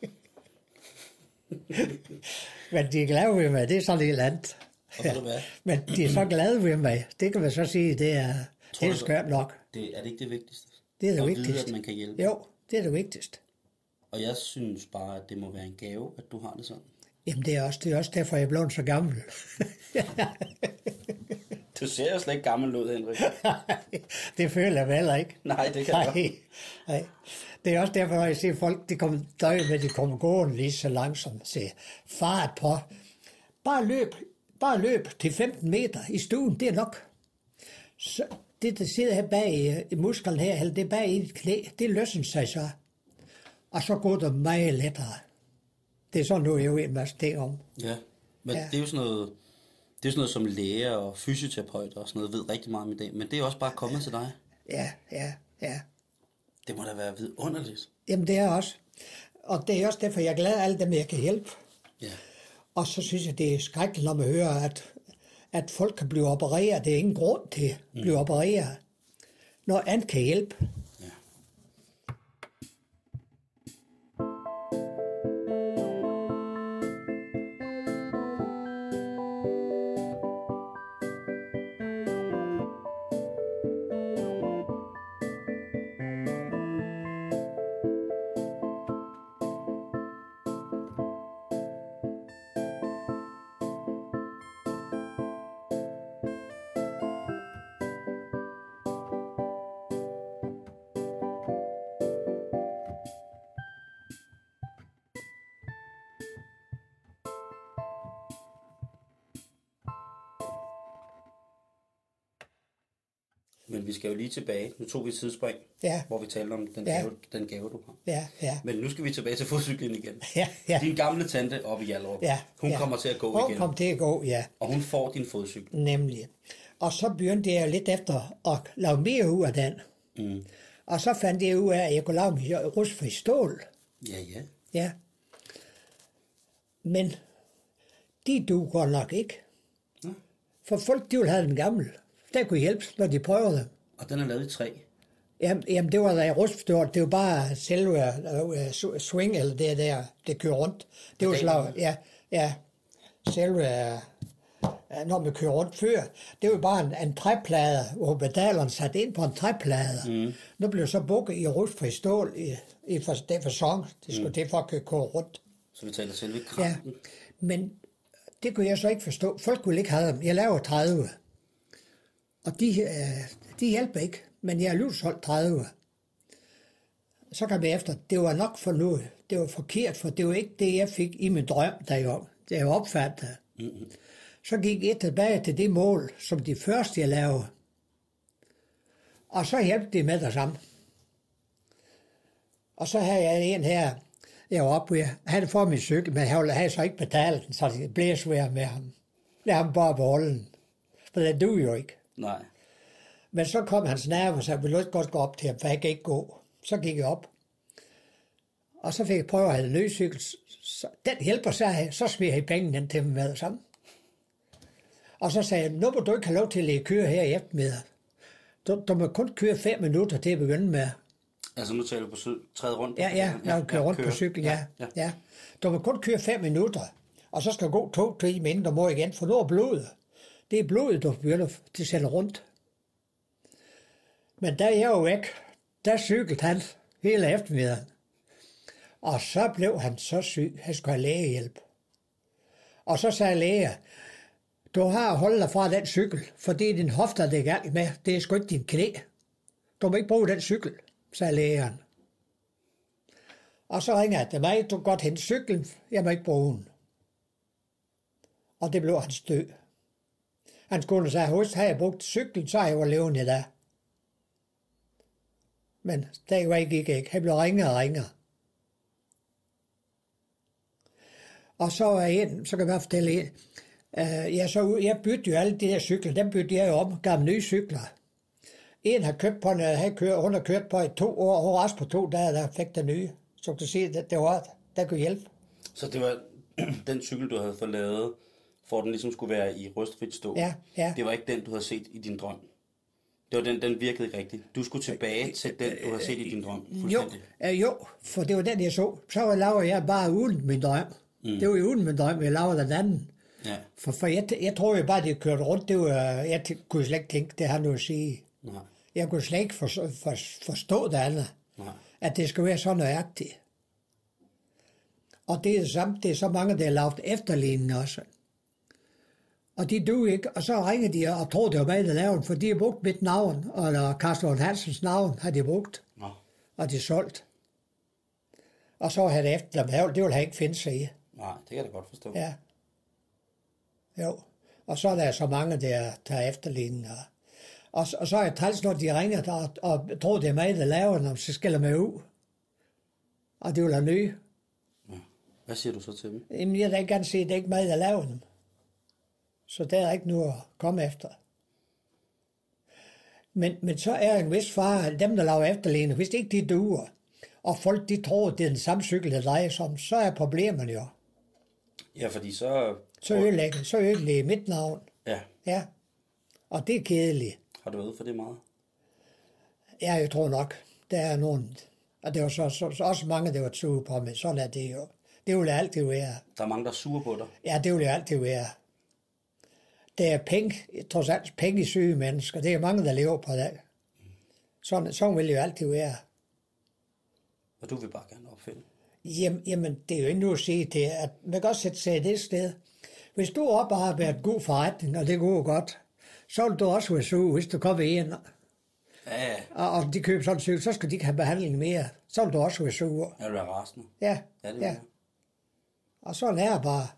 Men de er glade ved mig, det er sådan et eller andet. Ja. Men de er så glade ved mig, det kan man så sige, det er, det er skørt nok. Det, er det ikke det vigtigste? Det er det at vigtigste. Vide, at man kan hjælpe? Jo, det er det vigtigste. Og jeg synes bare, at det må være en gave, at du har det sådan. Jamen det er også, det er også derfor, jeg er blevet så gammel. Du ser jo slet ikke gammel ud, Henrik. Det føler jeg vel ikke. Nej, det kan jeg ikke. Nej. Det er også derfor, når jeg ser folk, de kommer døj med, de kommer gående lige så langsomt. Så fart på. Bare løb, bare løb til femten meter i stuen, det er nok. Så det, der sidder her bag i musklen her, eller det bag i dit knæ, det løsner sig så. Og så går det meget lettere. Det er sådan noget, jeg ved en masse ting om. Ja, men ja. det er jo sådan noget, det er sådan noget som læger og fysioterapeuter og sådan noget, ved rigtig meget om i dag. Men det er også bare kommet til dig. Ja, ja, ja. Det må da være vidunderligt. Jamen det er også. Og det er også derfor, jeg er glad af alle dem, jeg kan hjælpe. Ja. Og så synes jeg, det er skrækkeligt, når man hører, at, at folk kan blive opereret. Det er ingen grund til at blive mm. opereret. Når andet kan hjælpe. Ja. Men vi skal jo lige tilbage. Nu tog vi et tidsspring, ja. hvor vi talte om den, ja. gave, den gave, du har. Ja, ja. Men nu skal vi tilbage til fodcyklen igen. Ja, ja. Din gamle tante oppe i Hjallerup, ja, hun ja. kommer til at gå hun igen. Hun kommer til at gå, ja. Og hun får din fodcykel. Nemlig. Og så begyndte jeg lidt efter at lave mere ud af den. Mm. Og så fandt jeg ud af, at jeg kunne lave min rustfri stål. Ja, ja. Ja. Men de duer nok ikke. Ja. For folk, de ville have den gamle. Der kunne hjælpe, når de prøvede. Og den er lavet i træ? Jamen, jamen det var da jeg ruststort. Det var bare selve uh, swing, eller det der, det kører rundt. Det var slag, ja, ja, selve, uh, når man kører rundt før, det var bare en, en træplade, hvor pedalerne satte ind på en træplade. Mm. Nu blev så bukket i rustfri stål i, i for, den fasong. Det skulle mm. det for at køre rundt. Så vi taler selve kraften? Ja, men det kunne jeg så ikke forstå. Folk kunne ikke have dem. Jeg laver tredive. Og de, øh, de hjælper ikke, men jeg har livsholdt tredive. Så kom jeg efter, det var nok for noget. Det var forkert, for det var ikke det, jeg fik i min drøm, da jeg, da jeg opfattede. Mm-hmm. Så gik jeg tilbage til det mål, som de første, jeg lavede. Og så hjalp de med det samme. Og så havde jeg en her, jeg var oppe ved, han havde fået min cykel, men han havde så ikke betalt den, så det blev svært med ham. Lad ham bare beholde den. For det duer jo ikke. Nej. Men så kom hans nerve, og sagde, vil du ikke godt gå op til ham, for jeg kan ikke gå. Så gik jeg op. Og så fik jeg prøve at have en ny cykel. Så, den hjælper, så, så smider jeg pengene til dem med det samme. Og så sagde jeg, nu må du ikke have lov til at køre her i eftermiddag. Du, du må kun køre fem minutter til at begynde med. Altså nu taler du på cykel, træde rundt? Ja, ja, når du kører ja, rundt kører. på cykel, ja, ja, ja. ja. Du må kun køre fem minutter, og så skal du gå to timer, inden du må igen, for nu er blodet. Det er blodet, du begynder til at sætte rundt. Men da jeg var væk, der cyklede han hele eftermiddagen. Og så blev han så syg, han skulle have lægehjælp. Og så sagde læger, Du har at holde dig fra den cykel, for det er din hofter, det er galt med. Det er sgu ikke din knæ. Du må ikke bruge den cykel, sagde lægeren. Og så ringer jeg til mig, du kan godt hente cyklen, jeg må ikke bruge den. Og det blev hans død. Hans kone sagde, husk, havde jeg brugt cyklen, så har jeg jo levende i dag. Men det gik ikke. Han blev ringere og ringere. Og så er en, så kan jeg bare fortælle en, uh, ja, så jeg bytte jo alle de der cykler, dem bytte jeg jo om, gav nye cykler. En har købt på, havde kørt, hun har kørt på i to år, hun var også på to dage, der fik den nye. Så du kan se, at det var, der kunne hjælpe. Så det var den cykel, du havde fået lavet, for den ligesom skulle være i rustfrit stå. Ja, ja. Det var ikke den, du havde set i din drøm. Det var den, den virkede ikke rigtigt. Du skulle tilbage til den, du havde set i din drøm. Jo, øh, jo, for det var den, jeg så. Så lavede jeg bare uden min drøm. Mm. Det var jo uden min drøm, jeg lavede den anden. Ja. For, for jeg, jeg tror jo bare, at det kørte rundt. Det var, jeg kunne slet ikke tænke, det har noget at sige. Nej. Jeg kunne slet ikke for, for, forstå det andet. Nej. At det skal være så nøjagtigt. Og det er det samme, det er så mange, der har lavet efterligning også. Og de du ikke, og så ringer de og tror, det var mig, der lavede den, for de har brugt mit navn, eller Carsten Hansens navn har de brugt, Nå. og de solgt. Og så havde det efter dem, det ville han ikke finde sig i. Nej, det kan jeg da godt forstå. Ja. Jo. Og så er der så mange, der tager efterligninger. Og, og så er jeg træls, når de ringer der, og, og tror, det er mig, der laver den, så skælder mig ud. Og det vil have nye. Ja. Hvad siger du så til dem? Jamen, jeg vil ikke gerne sige, at det er ikke mig, der laver dem. Så der er ikke noget at komme efter. Men, men så er en vis fare, dem der laver efterligning, hvis ikke de duer, og folk de tror, det er den samme cykel, der drejer sig om, så er problemerne jo. Ja, fordi så... Så ødelægger, så ødelægger mit navn. Ja. Ja. Og det er kedeligt. Har du været for det meget? Ja, jeg tror nok. Der er nogen, og det var så, så, så også mange, der var sure på, men sådan er det jo. Det vil altid være. Der er mange, der er sure på dig. Ja, det vil altid være. Der er penge, trods alt penge i syge mennesker. Det er mange, der lever på det. Sådan, sådan vil det jo altid være. Og du vil bare gerne opfinde. Jamen, jamen, det er jo endnu at sige det, at man kan også sætte sig i det sted. Hvis du op har været god forretning, og det går godt, så vil du også være sur, hvis du kommer ind, Ja, ja. og, og de køber sådan en cykel, så skal de ikke have behandling mere. Så vil du også være sur. Jeg vil være rasende. Ja, Ja, det vil ja. jeg. Og sådan er det bare.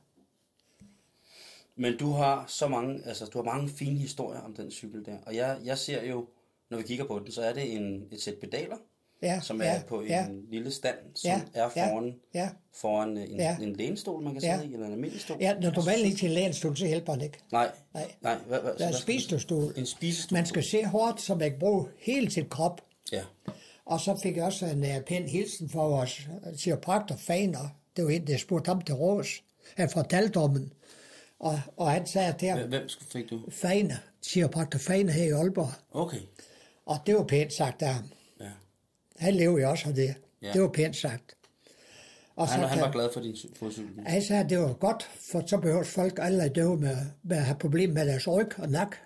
Men du har så mange, altså du har mange fine historier om den cykel der. Og jeg, jeg ser jo, når vi kigger på den, så er det en, et sæt pedaler, Ja, som er ja, på en ja, lille stand, som ja, er foran, ja, foran en, ja. en lænestol, man kan Ja. sidde i, eller en almindelig stol. ja. Når du vælger ikke til lænestol, så hjælper det ikke. Nej, Nej. nej. Hvad, hvad, Der er en hvad- spisestol. En spisestol. Man skal se hårdt, så man kan bruge hele sin krop. Ja. Og så fik jeg også en uh, pæn hilsen fra vores chiropraktor Faner. Det var en, der spurgte ham til rås. Han fortalte om den. Og, og han sagde til ham, Hvem fik du? Faner, chiropraktor Faner her i Aalborg. Okay. Og det var pænt sagt af ham. Ja. Han lever jo også af det. Ja. Det var pænt sagt. Og Han, så han kan- var glad for din cy- fodcykel. Han sagde, at det var godt, for så behøver folk aldrig døve med, med at have problemer med deres ryg og nak.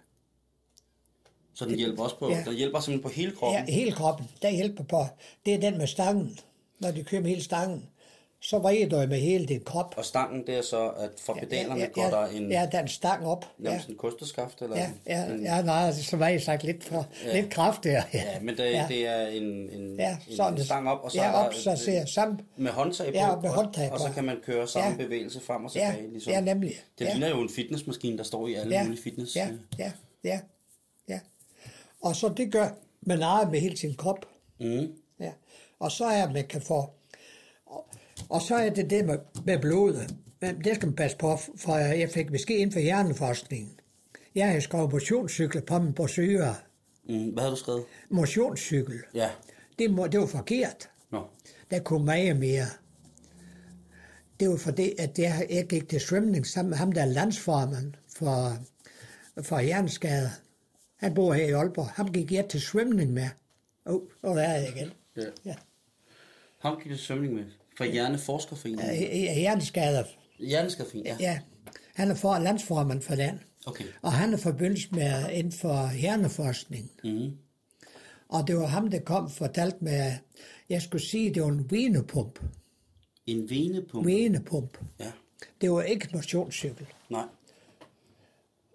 Så den hjælper også på, Ja. den hjælper simpelthen på hele Ja, kroppen. hele kroppen, der hjælper på. Det er den med stangen. Når de kører med hele stangen, så vrider du med hele din krop. Og stangen, det er så, at for pedalerne går ja, der en, ja, der er en stang op. Ja, nærmest en kosteskaft, eller ja, ja, en, ja, nej, så var jeg sagt lidt, for, Ja. lidt kraftigere. ja, men det, ja. det er en, en, Ja, en, sådan en det. stang op, og så Ja, er op, der så ser sammen. med håndtag på, Ja, med og- håndtag og, så på. kan man køre samme Ja. bevægelse frem og Ja, tilbage. Ligesom. ja, nemlig. Det Ja. ligner jo en fitnessmaskine, der står i alle Ja, mulige fitness. ja, ja, ja, ja. Og så det gør man ejer med hele sin krop. Mm. Ja. Og så er man kan få, og, og så er det det med, med blodet. Men det skal man passe på, for jeg fik måske inden for hjerneforskningen. Jeg har skrevet motionscykler på min brochure. Mm. Hvad har du skrevet? Motionscykel. Ja. Det, må, det var forkert. Nå. Der kunne meget mere. Det var fordi, at jeg, jeg gik til svømning sammen med ham, der er landsformand for, for hjerneskader. Han bor her i Aalborg. Ham gik jeg til svømning med. Åh, oh, oh, der er jeg igen. Ja. Ja. Ham gik du svømning med? Fra Hjerneforskerforeningen? Ja, hjerneskader. Hjerneskaderforeningen, ja. Ja, han er for landsformand for den. Okay. Og han er forbundet med inden for hjerneforskning. Mm. Og det var ham, der kom og fortalte mig, at jeg skulle sige, at det var en venepump. En venepumpe? Venepump. Ja. Det var ikke motionscykel. Nej.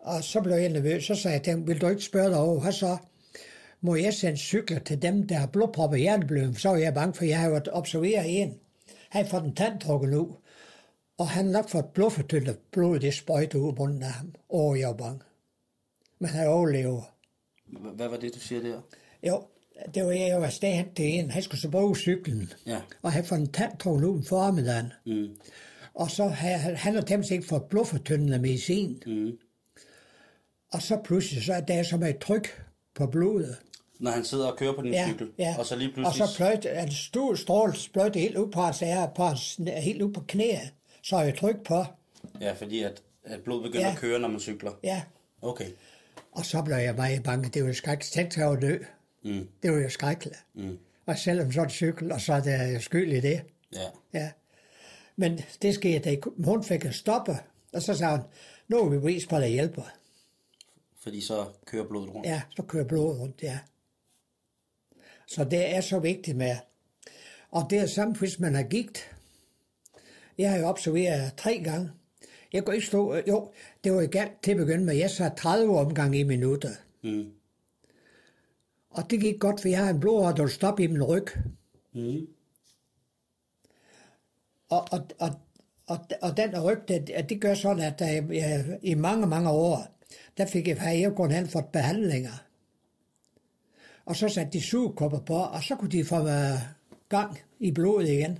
Og så blev jeg nervøs, så sagde jeg, vil du ikke spørge dig over, hvad så? Må jeg sende cykler til dem, der har blodprop i hjerneblødning? Så var jeg bange, for jeg har jo observeret en. Han har fået en tand trukket ud, og han har nok fået blodfortyndet blod, det sprøjte ud af munden af ham. Åh, jeg var bange. Men han overlever. Hvad var det, du siger der? Jo, det var jeg jo afsted hen til en. Han skulle så bruge cyklen, ja. og han fået en tand trukket ud i formiddagen. Mm. Og så havde han har temmelig ikke fået blodfortyndende medicin. Mm. Og så pludselig, så er der som et tryk på blodet. Når han sidder og kører på din ja, cykel, ja. og så lige pludselig... Og så pløjte en stor stråle, pløjte helt ud på hans ære, på hans, helt ud på knæet. Så er jeg tryk på. Ja, fordi at, at blodet begynder ja. at køre, når man cykler. Ja. Okay. Og så blev jeg meget bange. Det var jo skrækkeligt. Tænk sig over dø. Mm. Det var jo skrækkeligt. Mm. Og selvom så er det cykel, og så er det skyld i det. Ja. Ja. Men det skete, da hun fik at stoppe, og så sagde hun, nu er vi bevis på, at jeg hjælper. Fordi så kører blodet rundt? Ja, så kører blodet rundt, ja. Så det er så vigtigt med. Og det er samt, hvis man har gigt. Jeg har jo observeret tre gange. Jeg kunne ikke stå, jo, det var jo galt til at begynde med. Jeg satte tredive omgange i minutter. Mm. Og det gik godt, for jeg har en blodår, der vil stoppe i min ryg. Mm. Og, og, og, og, og den ryg, det, det gør sådan, at jeg, jeg, i mange, mange år, der fik jeg herhjemgående hen for behandlinger. Og så satte de sugekopper på, og så kunne de få gang i blodet igen.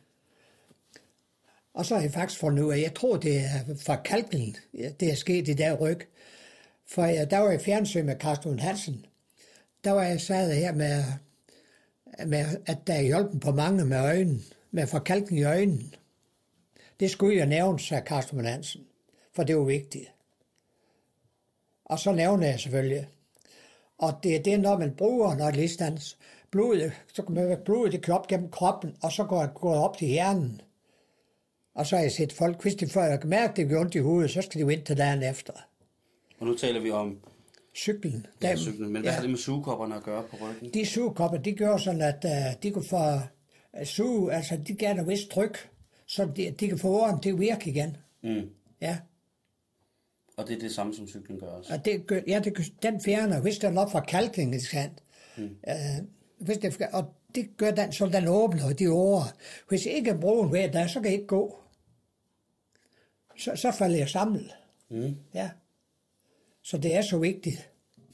Og så har jeg faktisk fundet ud af, jeg tror, det er fra kalken, det er sket i der ryg. For jeg, der var jeg i fjernsyn med Carsten Hansen. Der var jeg sad her med, med, at der er hjulpen på mange med øjnene, med forkalkning i øjnene. Det skulle jeg nævne, sagde Carsten Hansen, for det var vigtigt. Og så nævner jeg selvfølgelig. Og det er det, når man bruger, når det er blodet, så kan man være blodet, det kører op gennem kroppen, og så går det går op til hjernen. Og så har jeg set folk, hvis de får at mærke, det gør ondt i hovedet, så skal de jo ind til dagen efter. Og nu taler vi om cyklen. Ja, cyklen. Men hvad ja. har det med sugekopperne at gøre på ryggen? De sugekopper, de gør sådan, at uh, de kan få uh, suge, altså de gør noget vist tryk, så de, de kan få åren til at virke igen. Mm. Ja. Og det er det samme, som cyklen gør også? Og det gør, ja, det, den fjerner, hvis den er op fra kalkning, ikke sandt? Mm. Uh, hvis det, og det gør den, så den åbner de årer. Hvis jeg ikke bruger en hver dag, så kan jeg ikke gå. Så, så falder jeg samlet. Mm. Ja. Så det er så vigtigt.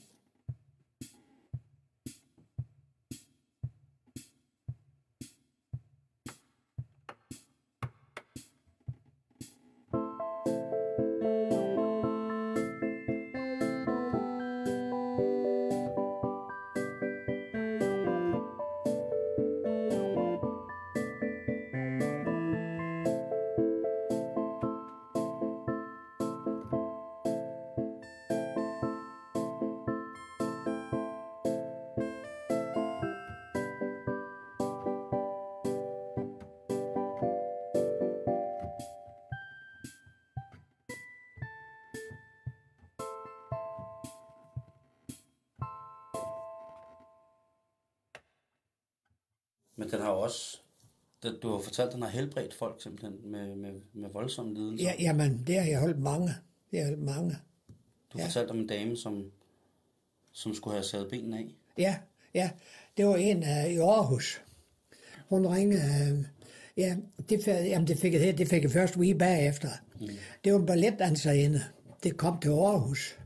Men den har jo også, den, du har fortalt, at den har helbredt folk simpelthen med, med, med voldsomme lidelser. Ja, jamen, det har jeg holdt mange. Det har holdt mange. Du ja. fortalte om en dame, som, som skulle have savet benene af. Ja, ja. Det var en uh, i Aarhus. Hun ringede, uh, ja, det, jamen, det fik jeg, det fik jeg først uge bagefter. Mm. Det var en balletdanserinde. Det kom til Aarhus.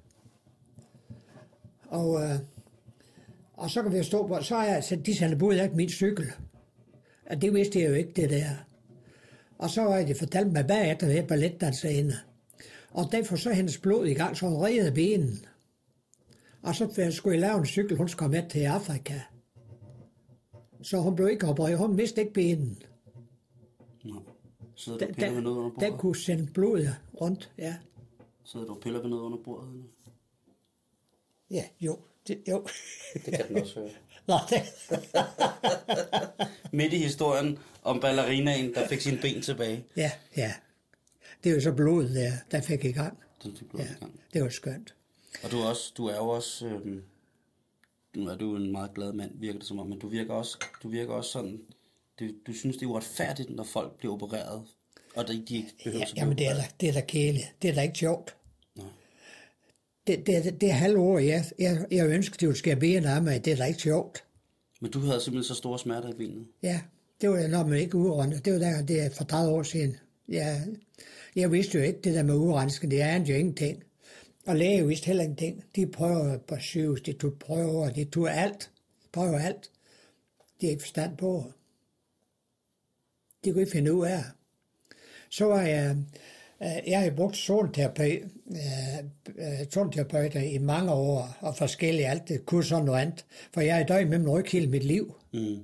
Og... Uh, Og så kan vi stå på, så har jeg sat de sendte bud af min cykel. Og det vidste jeg jo ikke, det der. Og så har de fortalt mig bagefter, at jeg er balletdanserinde. Og derfor så hendes blod i gang, så hun redede benen. Og så skulle jeg lave en cykel, hun skulle med til Afrika. Så hun blev ikke opereret, hun vidste ikke benen. Nå. Sidder du og piller ved noget under bordet? Den kunne sende blod rundt, ja. Sidder du og piller ved noget under bordet? Eller? Ja, jo. Det, jo. Det kan den også høre. Nå, det. Midt i historien om ballerinaen, der fik sine ben tilbage. Ja, ja. Det er jo så blodet, der, der fik i gang. Den fik blodet ja, i gang. Det var skønt. Og du er, også, du er jo også, øhm, nu er du en meget glad mand, virker det som om, men du virker også, du virker også sådan, du, du synes, det er uretfærdigt, når folk bliver opereret, og de, de ikke behøver ja, at jamen, det er, da, det er da kæligt. Det er da ikke sjovt. Nej. det, det, det halve år, jeg, jeg, jeg ønskede, at de ville skære benene af mig, det er da ikke sjovt. Men du havde simpelthen så store smerter i benet? Ja, det var når man ikke udrendt. Det var der, det er for tredive år siden. Jeg, jeg vidste jo ikke, det der med udrensning, det er jo ingenting. Og læger vidste heller ingenting. De prøver på sygehus, de tog prøver, de tog alt. Prøver alt. De har ikke forstand på. De kunne ikke finde ud af. Så var jeg, jeg har brugt zoneterapeut, zoneterapeuter i mange år, og forskellige alt, det kunne sådan noget andet. For jeg er i døgn med min ryg hele mit liv. Mm.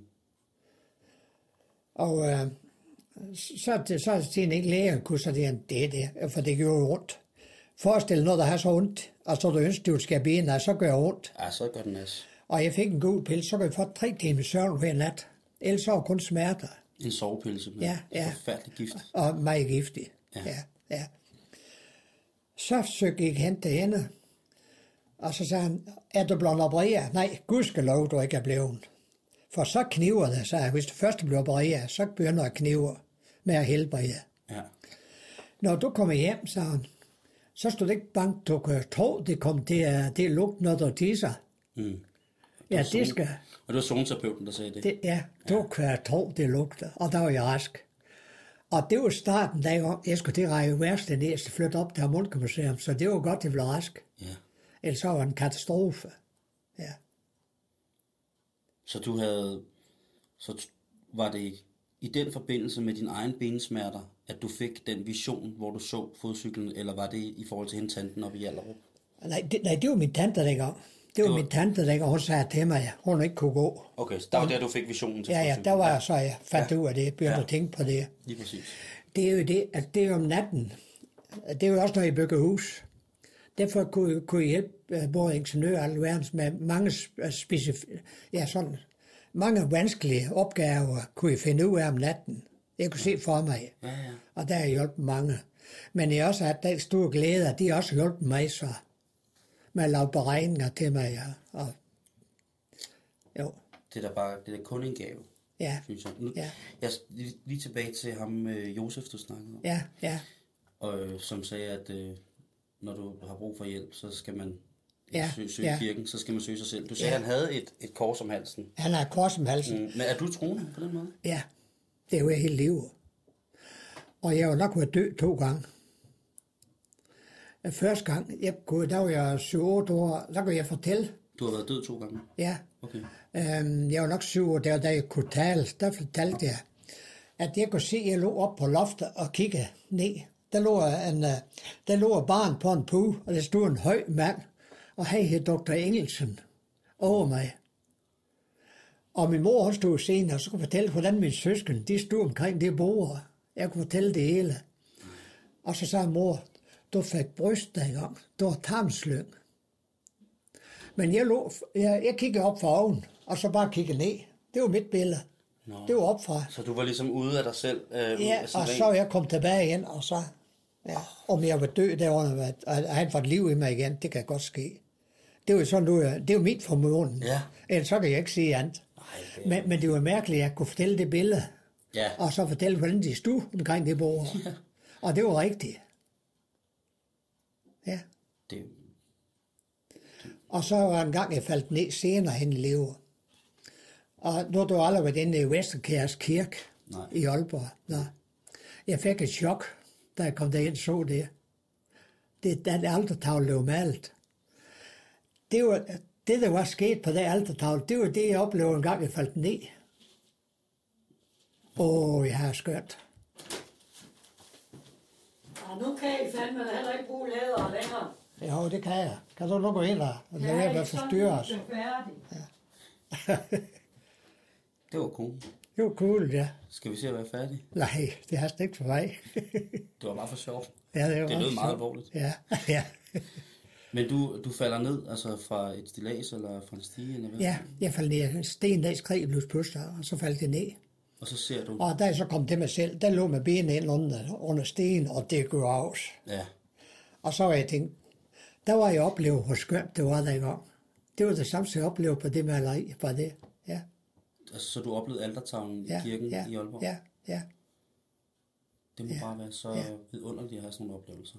Og øh, så, det, så er det ikke læger, kunne så det er det, det, for det gjorde ondt. Forestil noget, der har så ondt, og så du ønsker, du skal benene, så gør det ondt. Ja, så gør det næst. Og jeg fik en god pille, så kunne jeg få tre timer søvn hver nat. Ellers så var kun smerter. En sovepille, simpelthen. Ja, ja. Forfærdelig gift. Og meget giftig. Ja. ja, ja. Så søgte jeg hen til hende, og så sagde han, er du blevet opereret? Nej, gudskelov, du ikke er blevet. For så kniver det, så hvis du først bliver opereret, så begynder at knive med at helbrede. Ja. Når du kommer hjem, sagde han, så stod det ikke bange, du kan tro, det kom til at det lugte, når du tisser. Mm. Ja, det skal... Og det var zoneterapeuten, der sagde det? det ja, du ja. Kan tro, det lugter. Og der var jeg rask. Og det var starten, da jeg, jeg skulle til at reje værste ned, så flytte op til Harmonika-museum, så det var godt, det blev rask. Ja. Ellers så var det en katastrofe. Ja. Så du havde... Så var det i den forbindelse med din egen bensmerter, at du fik den vision, hvor du så fodcyklen, eller var det i forhold til hende tanten oppe i Hjallerup? Nej, det, nej, det var min tante dengang. Det var, det var min tante dengang, hun sagde til mig, at hun ikke kunne gå. Okay, så der var der, du fik visionen til Ja, ja, der var så, jeg fandt ja. ud af det, begyndte ja. At tænke på det. Lige præcis. Det er jo det, at det er om natten. Det er jo også, når I bygger hus. Derfor kunne, kunne I hjælpe både ingeniører og alle verdens med mange specifikke, ja, sådan, mange vanskelige opgaver kunne I finde ud af om natten. Jeg kunne se for mig. Ja, ja. Og der har jeg hjulpet mange. Men jeg også har haft store glæder, de har også hjulpet mig så. Med at lave beregninger til mig. Ja. Og, jo. Det er da bare, det er kun en gave. Ja. Synes jeg. Nu, ja. Jeg lige, lige tilbage til ham, Josef, du snakkede om. Ja, ja. Og øh, som sagde, at øh, når du har brug for hjælp, så skal man ja, søge, søge ja. kirken, så skal man søge sig selv. Du sagde, ja. at han havde et, et kors om halsen. Han har et kors om halsen. Mm, men er du troende på den måde? Ja, det er jo hele livet. Og jeg har nok været død to gange. Første gang, jeg kunne, der var jeg syv otte år, der kunne jeg fortælle. Du har været død to gange? Ja. Okay. Øhm, jeg var nok syv år, der, da jeg kunne tale, der fortalte jeg, at jeg kunne se, at jeg lå op på loftet og kiggede ned. Der lå, en, der lå et barn på en puge, og der stod en høj mand, og han hed doktor Engelsen over mig. Og min mor, hun stod senere, og så kunne fortælle, hvordan mine søsken, de stod omkring det bord. Jeg kunne fortælle det hele. Og så sagde mor, du fik bryst dengang, du var tarmslyng. Men jeg, lå, jeg, jeg kiggede op for oven, og så bare kiggede ned. Det var mit billede. Nå. Det var opfra. Så du var ligesom ude af dig selv? Øh, ja, og ren. Så jeg kom tilbage igen, og så... Ja, om jeg var død derovre, og han var et liv i mig igen, det kan godt ske. Det er jo sådan, du, det er jo mit formodning. Ja. Ellers så kan jeg ikke sige andet. Nej, det er... men, men det var mærkeligt, at jeg kunne fortælle det billede. Ja. Og så fortælle, hvordan de stod omkring det bord. Ja. Og det var rigtigt. Ja. Det... Og så var en gang, jeg faldt ned senere hen i livet. Og nu har du aldrig været inde i Vesterkærs Kirke Nej. I Aalborg. Nå. Jeg fik et chok, da jeg kom derind og så det. Det den altertavle, der var malet. Det, var, det, der var sket på den altertavle, det var det, jeg oplevede en gang, jeg faldt ned. Åh, oh, jeg har skønt. Og nu kan I fandme heller ikke bruge læder længere. Jo, det kan jeg. Kan du nu gå ind og lade være med at forstyrre os? Ja. Det var cool. Det var cool, ja. Skal vi se at være færdige? Nej, det har ikke for mig. Det var bare for sjovt. Ja, det var det lød meget alvorligt. Ja, ja. Men du, du falder ned, altså fra et stillads eller fra en stige, eller hvad? Ja, jeg faldt ned. Sten der skrig plus pludselig, og så faldt jeg ned. Og så ser du? Og da jeg så kom til mig selv, der lå med benene ind under, under sten, og det går af. Ja. Og så var jeg tænkt, der var jeg oplevet, hvor skønt det var der i gang. Det var det samme, jeg oplevede på det maleri, bare det, ja. Altså, så du oplevede altertavlen ja, i kirken ja, i Aalborg? Ja, ja. Det må ja, bare være så ja. vidunderligt at have sådan nogle oplevelser.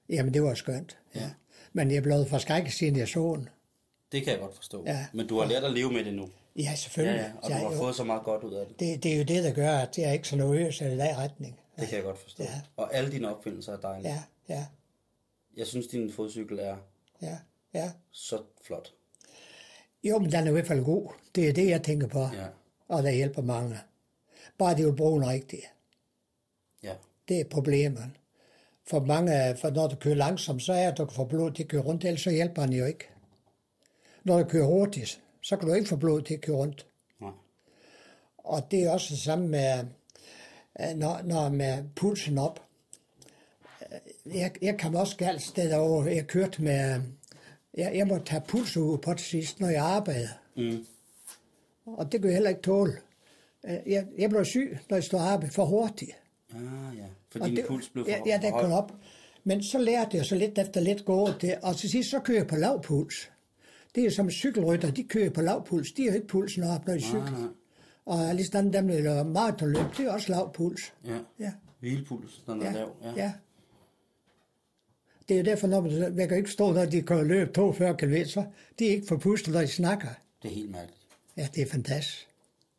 Jamen, det var skønt, ja. ja. Men jeg blev forskrækket, siden jeg så den. Det kan jeg godt forstå. Ja. Men du har lært at leve med det nu. Ja, selvfølgelig. Ja, ja. Og ja, du har jo. fået så meget godt ud af det. Det, det er jo det, der gør, at jeg er ikke så nervøs eller i retning. Ja. Det kan jeg godt forstå. Ja. Og alle dine opfindelser er dejlige. Ja, ja, Jeg synes, din fodcykel er ja, ja. så flot. Jo, men den er i hvert fald god. Det er det, jeg tænker på. Ja. Og der hjælper mange. Bare det vil bruge den rigtigt. Ja. Det er problemet. For mange, for når du kører langsomt, så er det, at du kan få blod til at køre rundt, ellers så hjælper den jo ikke. Når du kører hurtigt, så kan du ikke få blod til at køre rundt. Nej. Og det er også det samme med, når, når med pulsen op. Jeg, jeg kom også galt sted over. Jeg kørte med, jeg, jeg måtte tage pulsuge på til sidst, når jeg arbejdede. Mm. Og det kunne jeg heller ikke tåle. Jeg, jeg blev syg, når jeg stod og arbejdede for hurtigt. Ah, ja. For Og din det, puls blev for ja, ja, det høj. kom op. Men så lærte jeg så lidt efter lidt gå det, og til sidst så kører jeg på lav puls. Det er som cykelrytter, de kører på lav puls. De har ikke pulsen op, når de cykler. nej. Og ligesom dem, der laver maratonløb, det er også lav puls. Ja. Ja. Hvilepuls, den er Ja, lav. Ja. ja. Det er jo derfor, når man, jeg kan ikke stå, når de kan løbe toogfyrre kilometer, så de er ikke forpustet, når de snakker. Det er helt mærkeligt. Ja, det er fantastisk.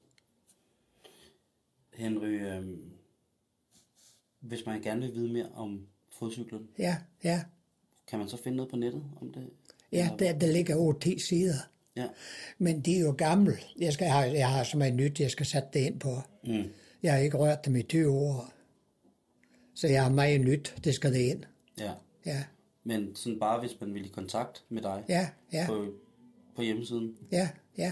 Henry, øh, hvis man gerne vil vide mere om fodcyklen, Ja, ja. kan man så finde noget på nettet om det? Ja, der, der ligger over ti sider. Ja. Men de er jo gamle. Jeg, skal have, jeg har så meget nyt, jeg skal sætte det ind på. Mm. Jeg har ikke rørt dem i tyve år. Så jeg har meget nyt, det skal det ind. Ja. Ja, Men sådan bare, hvis man vil i kontakt med dig ja, ja, på, på hjemmesiden. ja, ja.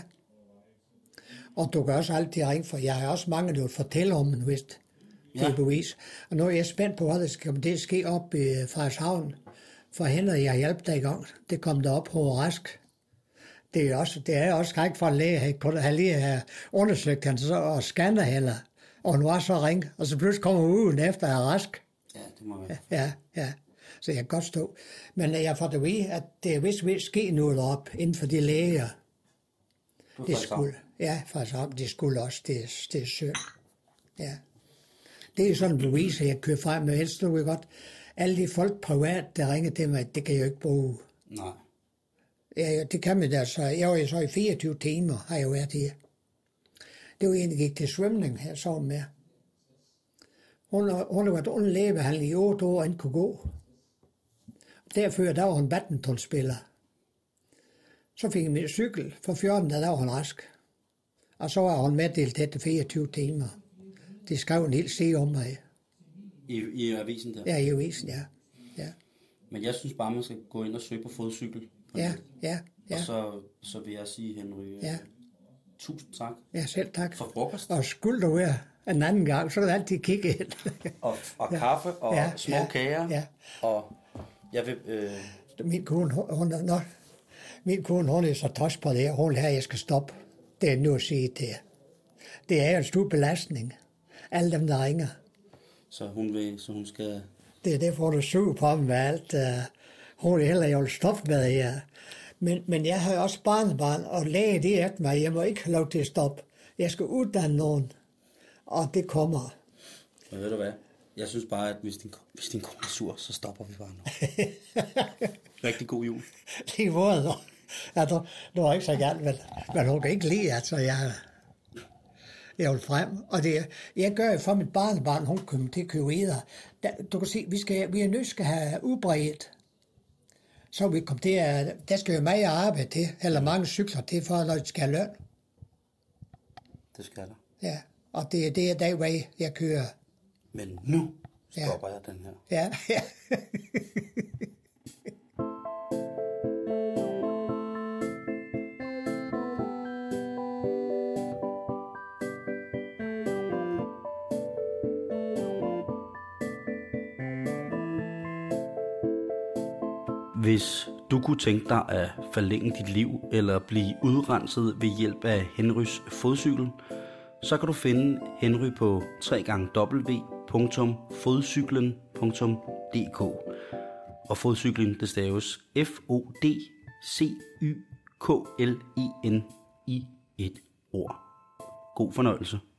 Og du kan også altid ringe, for jeg har også mange, der vil fortælle om en, hvis det Ja. er bevis. Og nu er jeg spændt på, hvad der skal det ske op i Frederikshavn. For Henrik, jeg hjalp dig i gang. Det kom der op på Rask. Det er også, det er også skræk for en læge. Han kunne have lige have undersøgt han så og scanner heller. Og nu er så ring, og så pludselig kommer ugen efter at Rask. Ja, det må være. Ja, ja. Så jeg kan godt stå. Men jeg får det ved, at det vist vil ske noget op inden for de læger. Du er Det faktisk skulle, ja, faktisk om, det skulle også, det, er- det er synd. Ja. Det er sådan en bevis, at jeg kører frem med helst, du ved godt. Alle de folk privat, der ringer til mig, det kan jeg jo ikke bruge. Nej. Ja, det kan man da så. Jeg var jo så i fireogtyve timer, har jeg jo været her. Det var en, der gik til svømning her, så med. Hun, har- hun har været under lægebehandling i otte år, inden kunne gå. Derfor der var hun badmintonspiller. Så fik jeg min cykel. For fjorten der var hun rask. Og så var hun meddelt efter fireogtyve timer. De skrev en hel side om mig. I, i avisen der. Ja, i avisen, ja. Ja, Men jeg synes bare, man skal gå ind og søge på fodcykel. på ja, nettet. ja, ja, Og så, så vil jeg sige, Henry, øh, ja. tusind tak Ja, selv tak. for frokost. Og skulle du være en anden gang, så kan du altid kigge ind. Og, og kaffe og Ja, små ja, kager. ja. Og jeg vil... Øh, Min kone, hun, hun, er nok, min kone, hun er så trods på det, hun vil have, at jeg skal stoppe. Det er nu at sige det. Det er jo en stor belastning. Alle dem, der ringer. så hun vil, så hun skal... Det er derfor, du suger på dem med alt. Uh, hun er heller, jeg vil stoppe med her. Men, men jeg har jo også barnebarn, og læge det efter mig. Jeg må ikke have lov til at stoppe. Jeg skal uddanne nogen, og det kommer. Men ved du hvad? Jeg synes bare, at hvis din, hvis din kone er sur, så stopper vi bare nu. Rigtig god jul. Lige måde. Altså, det var ikke så galt, men, men hun kan ikke lide, altså jeg, jeg vil frem. Og det, jeg gør jo for mit barnebarn, hun kommer til at købe videre. Der, du kan se, vi, skal, vi er nødt til at have udbredt. Så vi kom til at, der skal jo meget arbejde til, eller mange cykler til, for når de skal have løn. Det skal der. Ja, og det er det, der vej, jeg kører. Men nu Ja. stopper jeg den her. Ja, ja. Hvis du kunne tænke dig at forlænge dit liv eller blive udrenset ved hjælp af Henrys fodcykel, så kan du finde Henry på w w w punktum fodcyklen punktum d k. Og fodcyklen, det staves F O D C Y K L E N i et ord. God fornøjelse.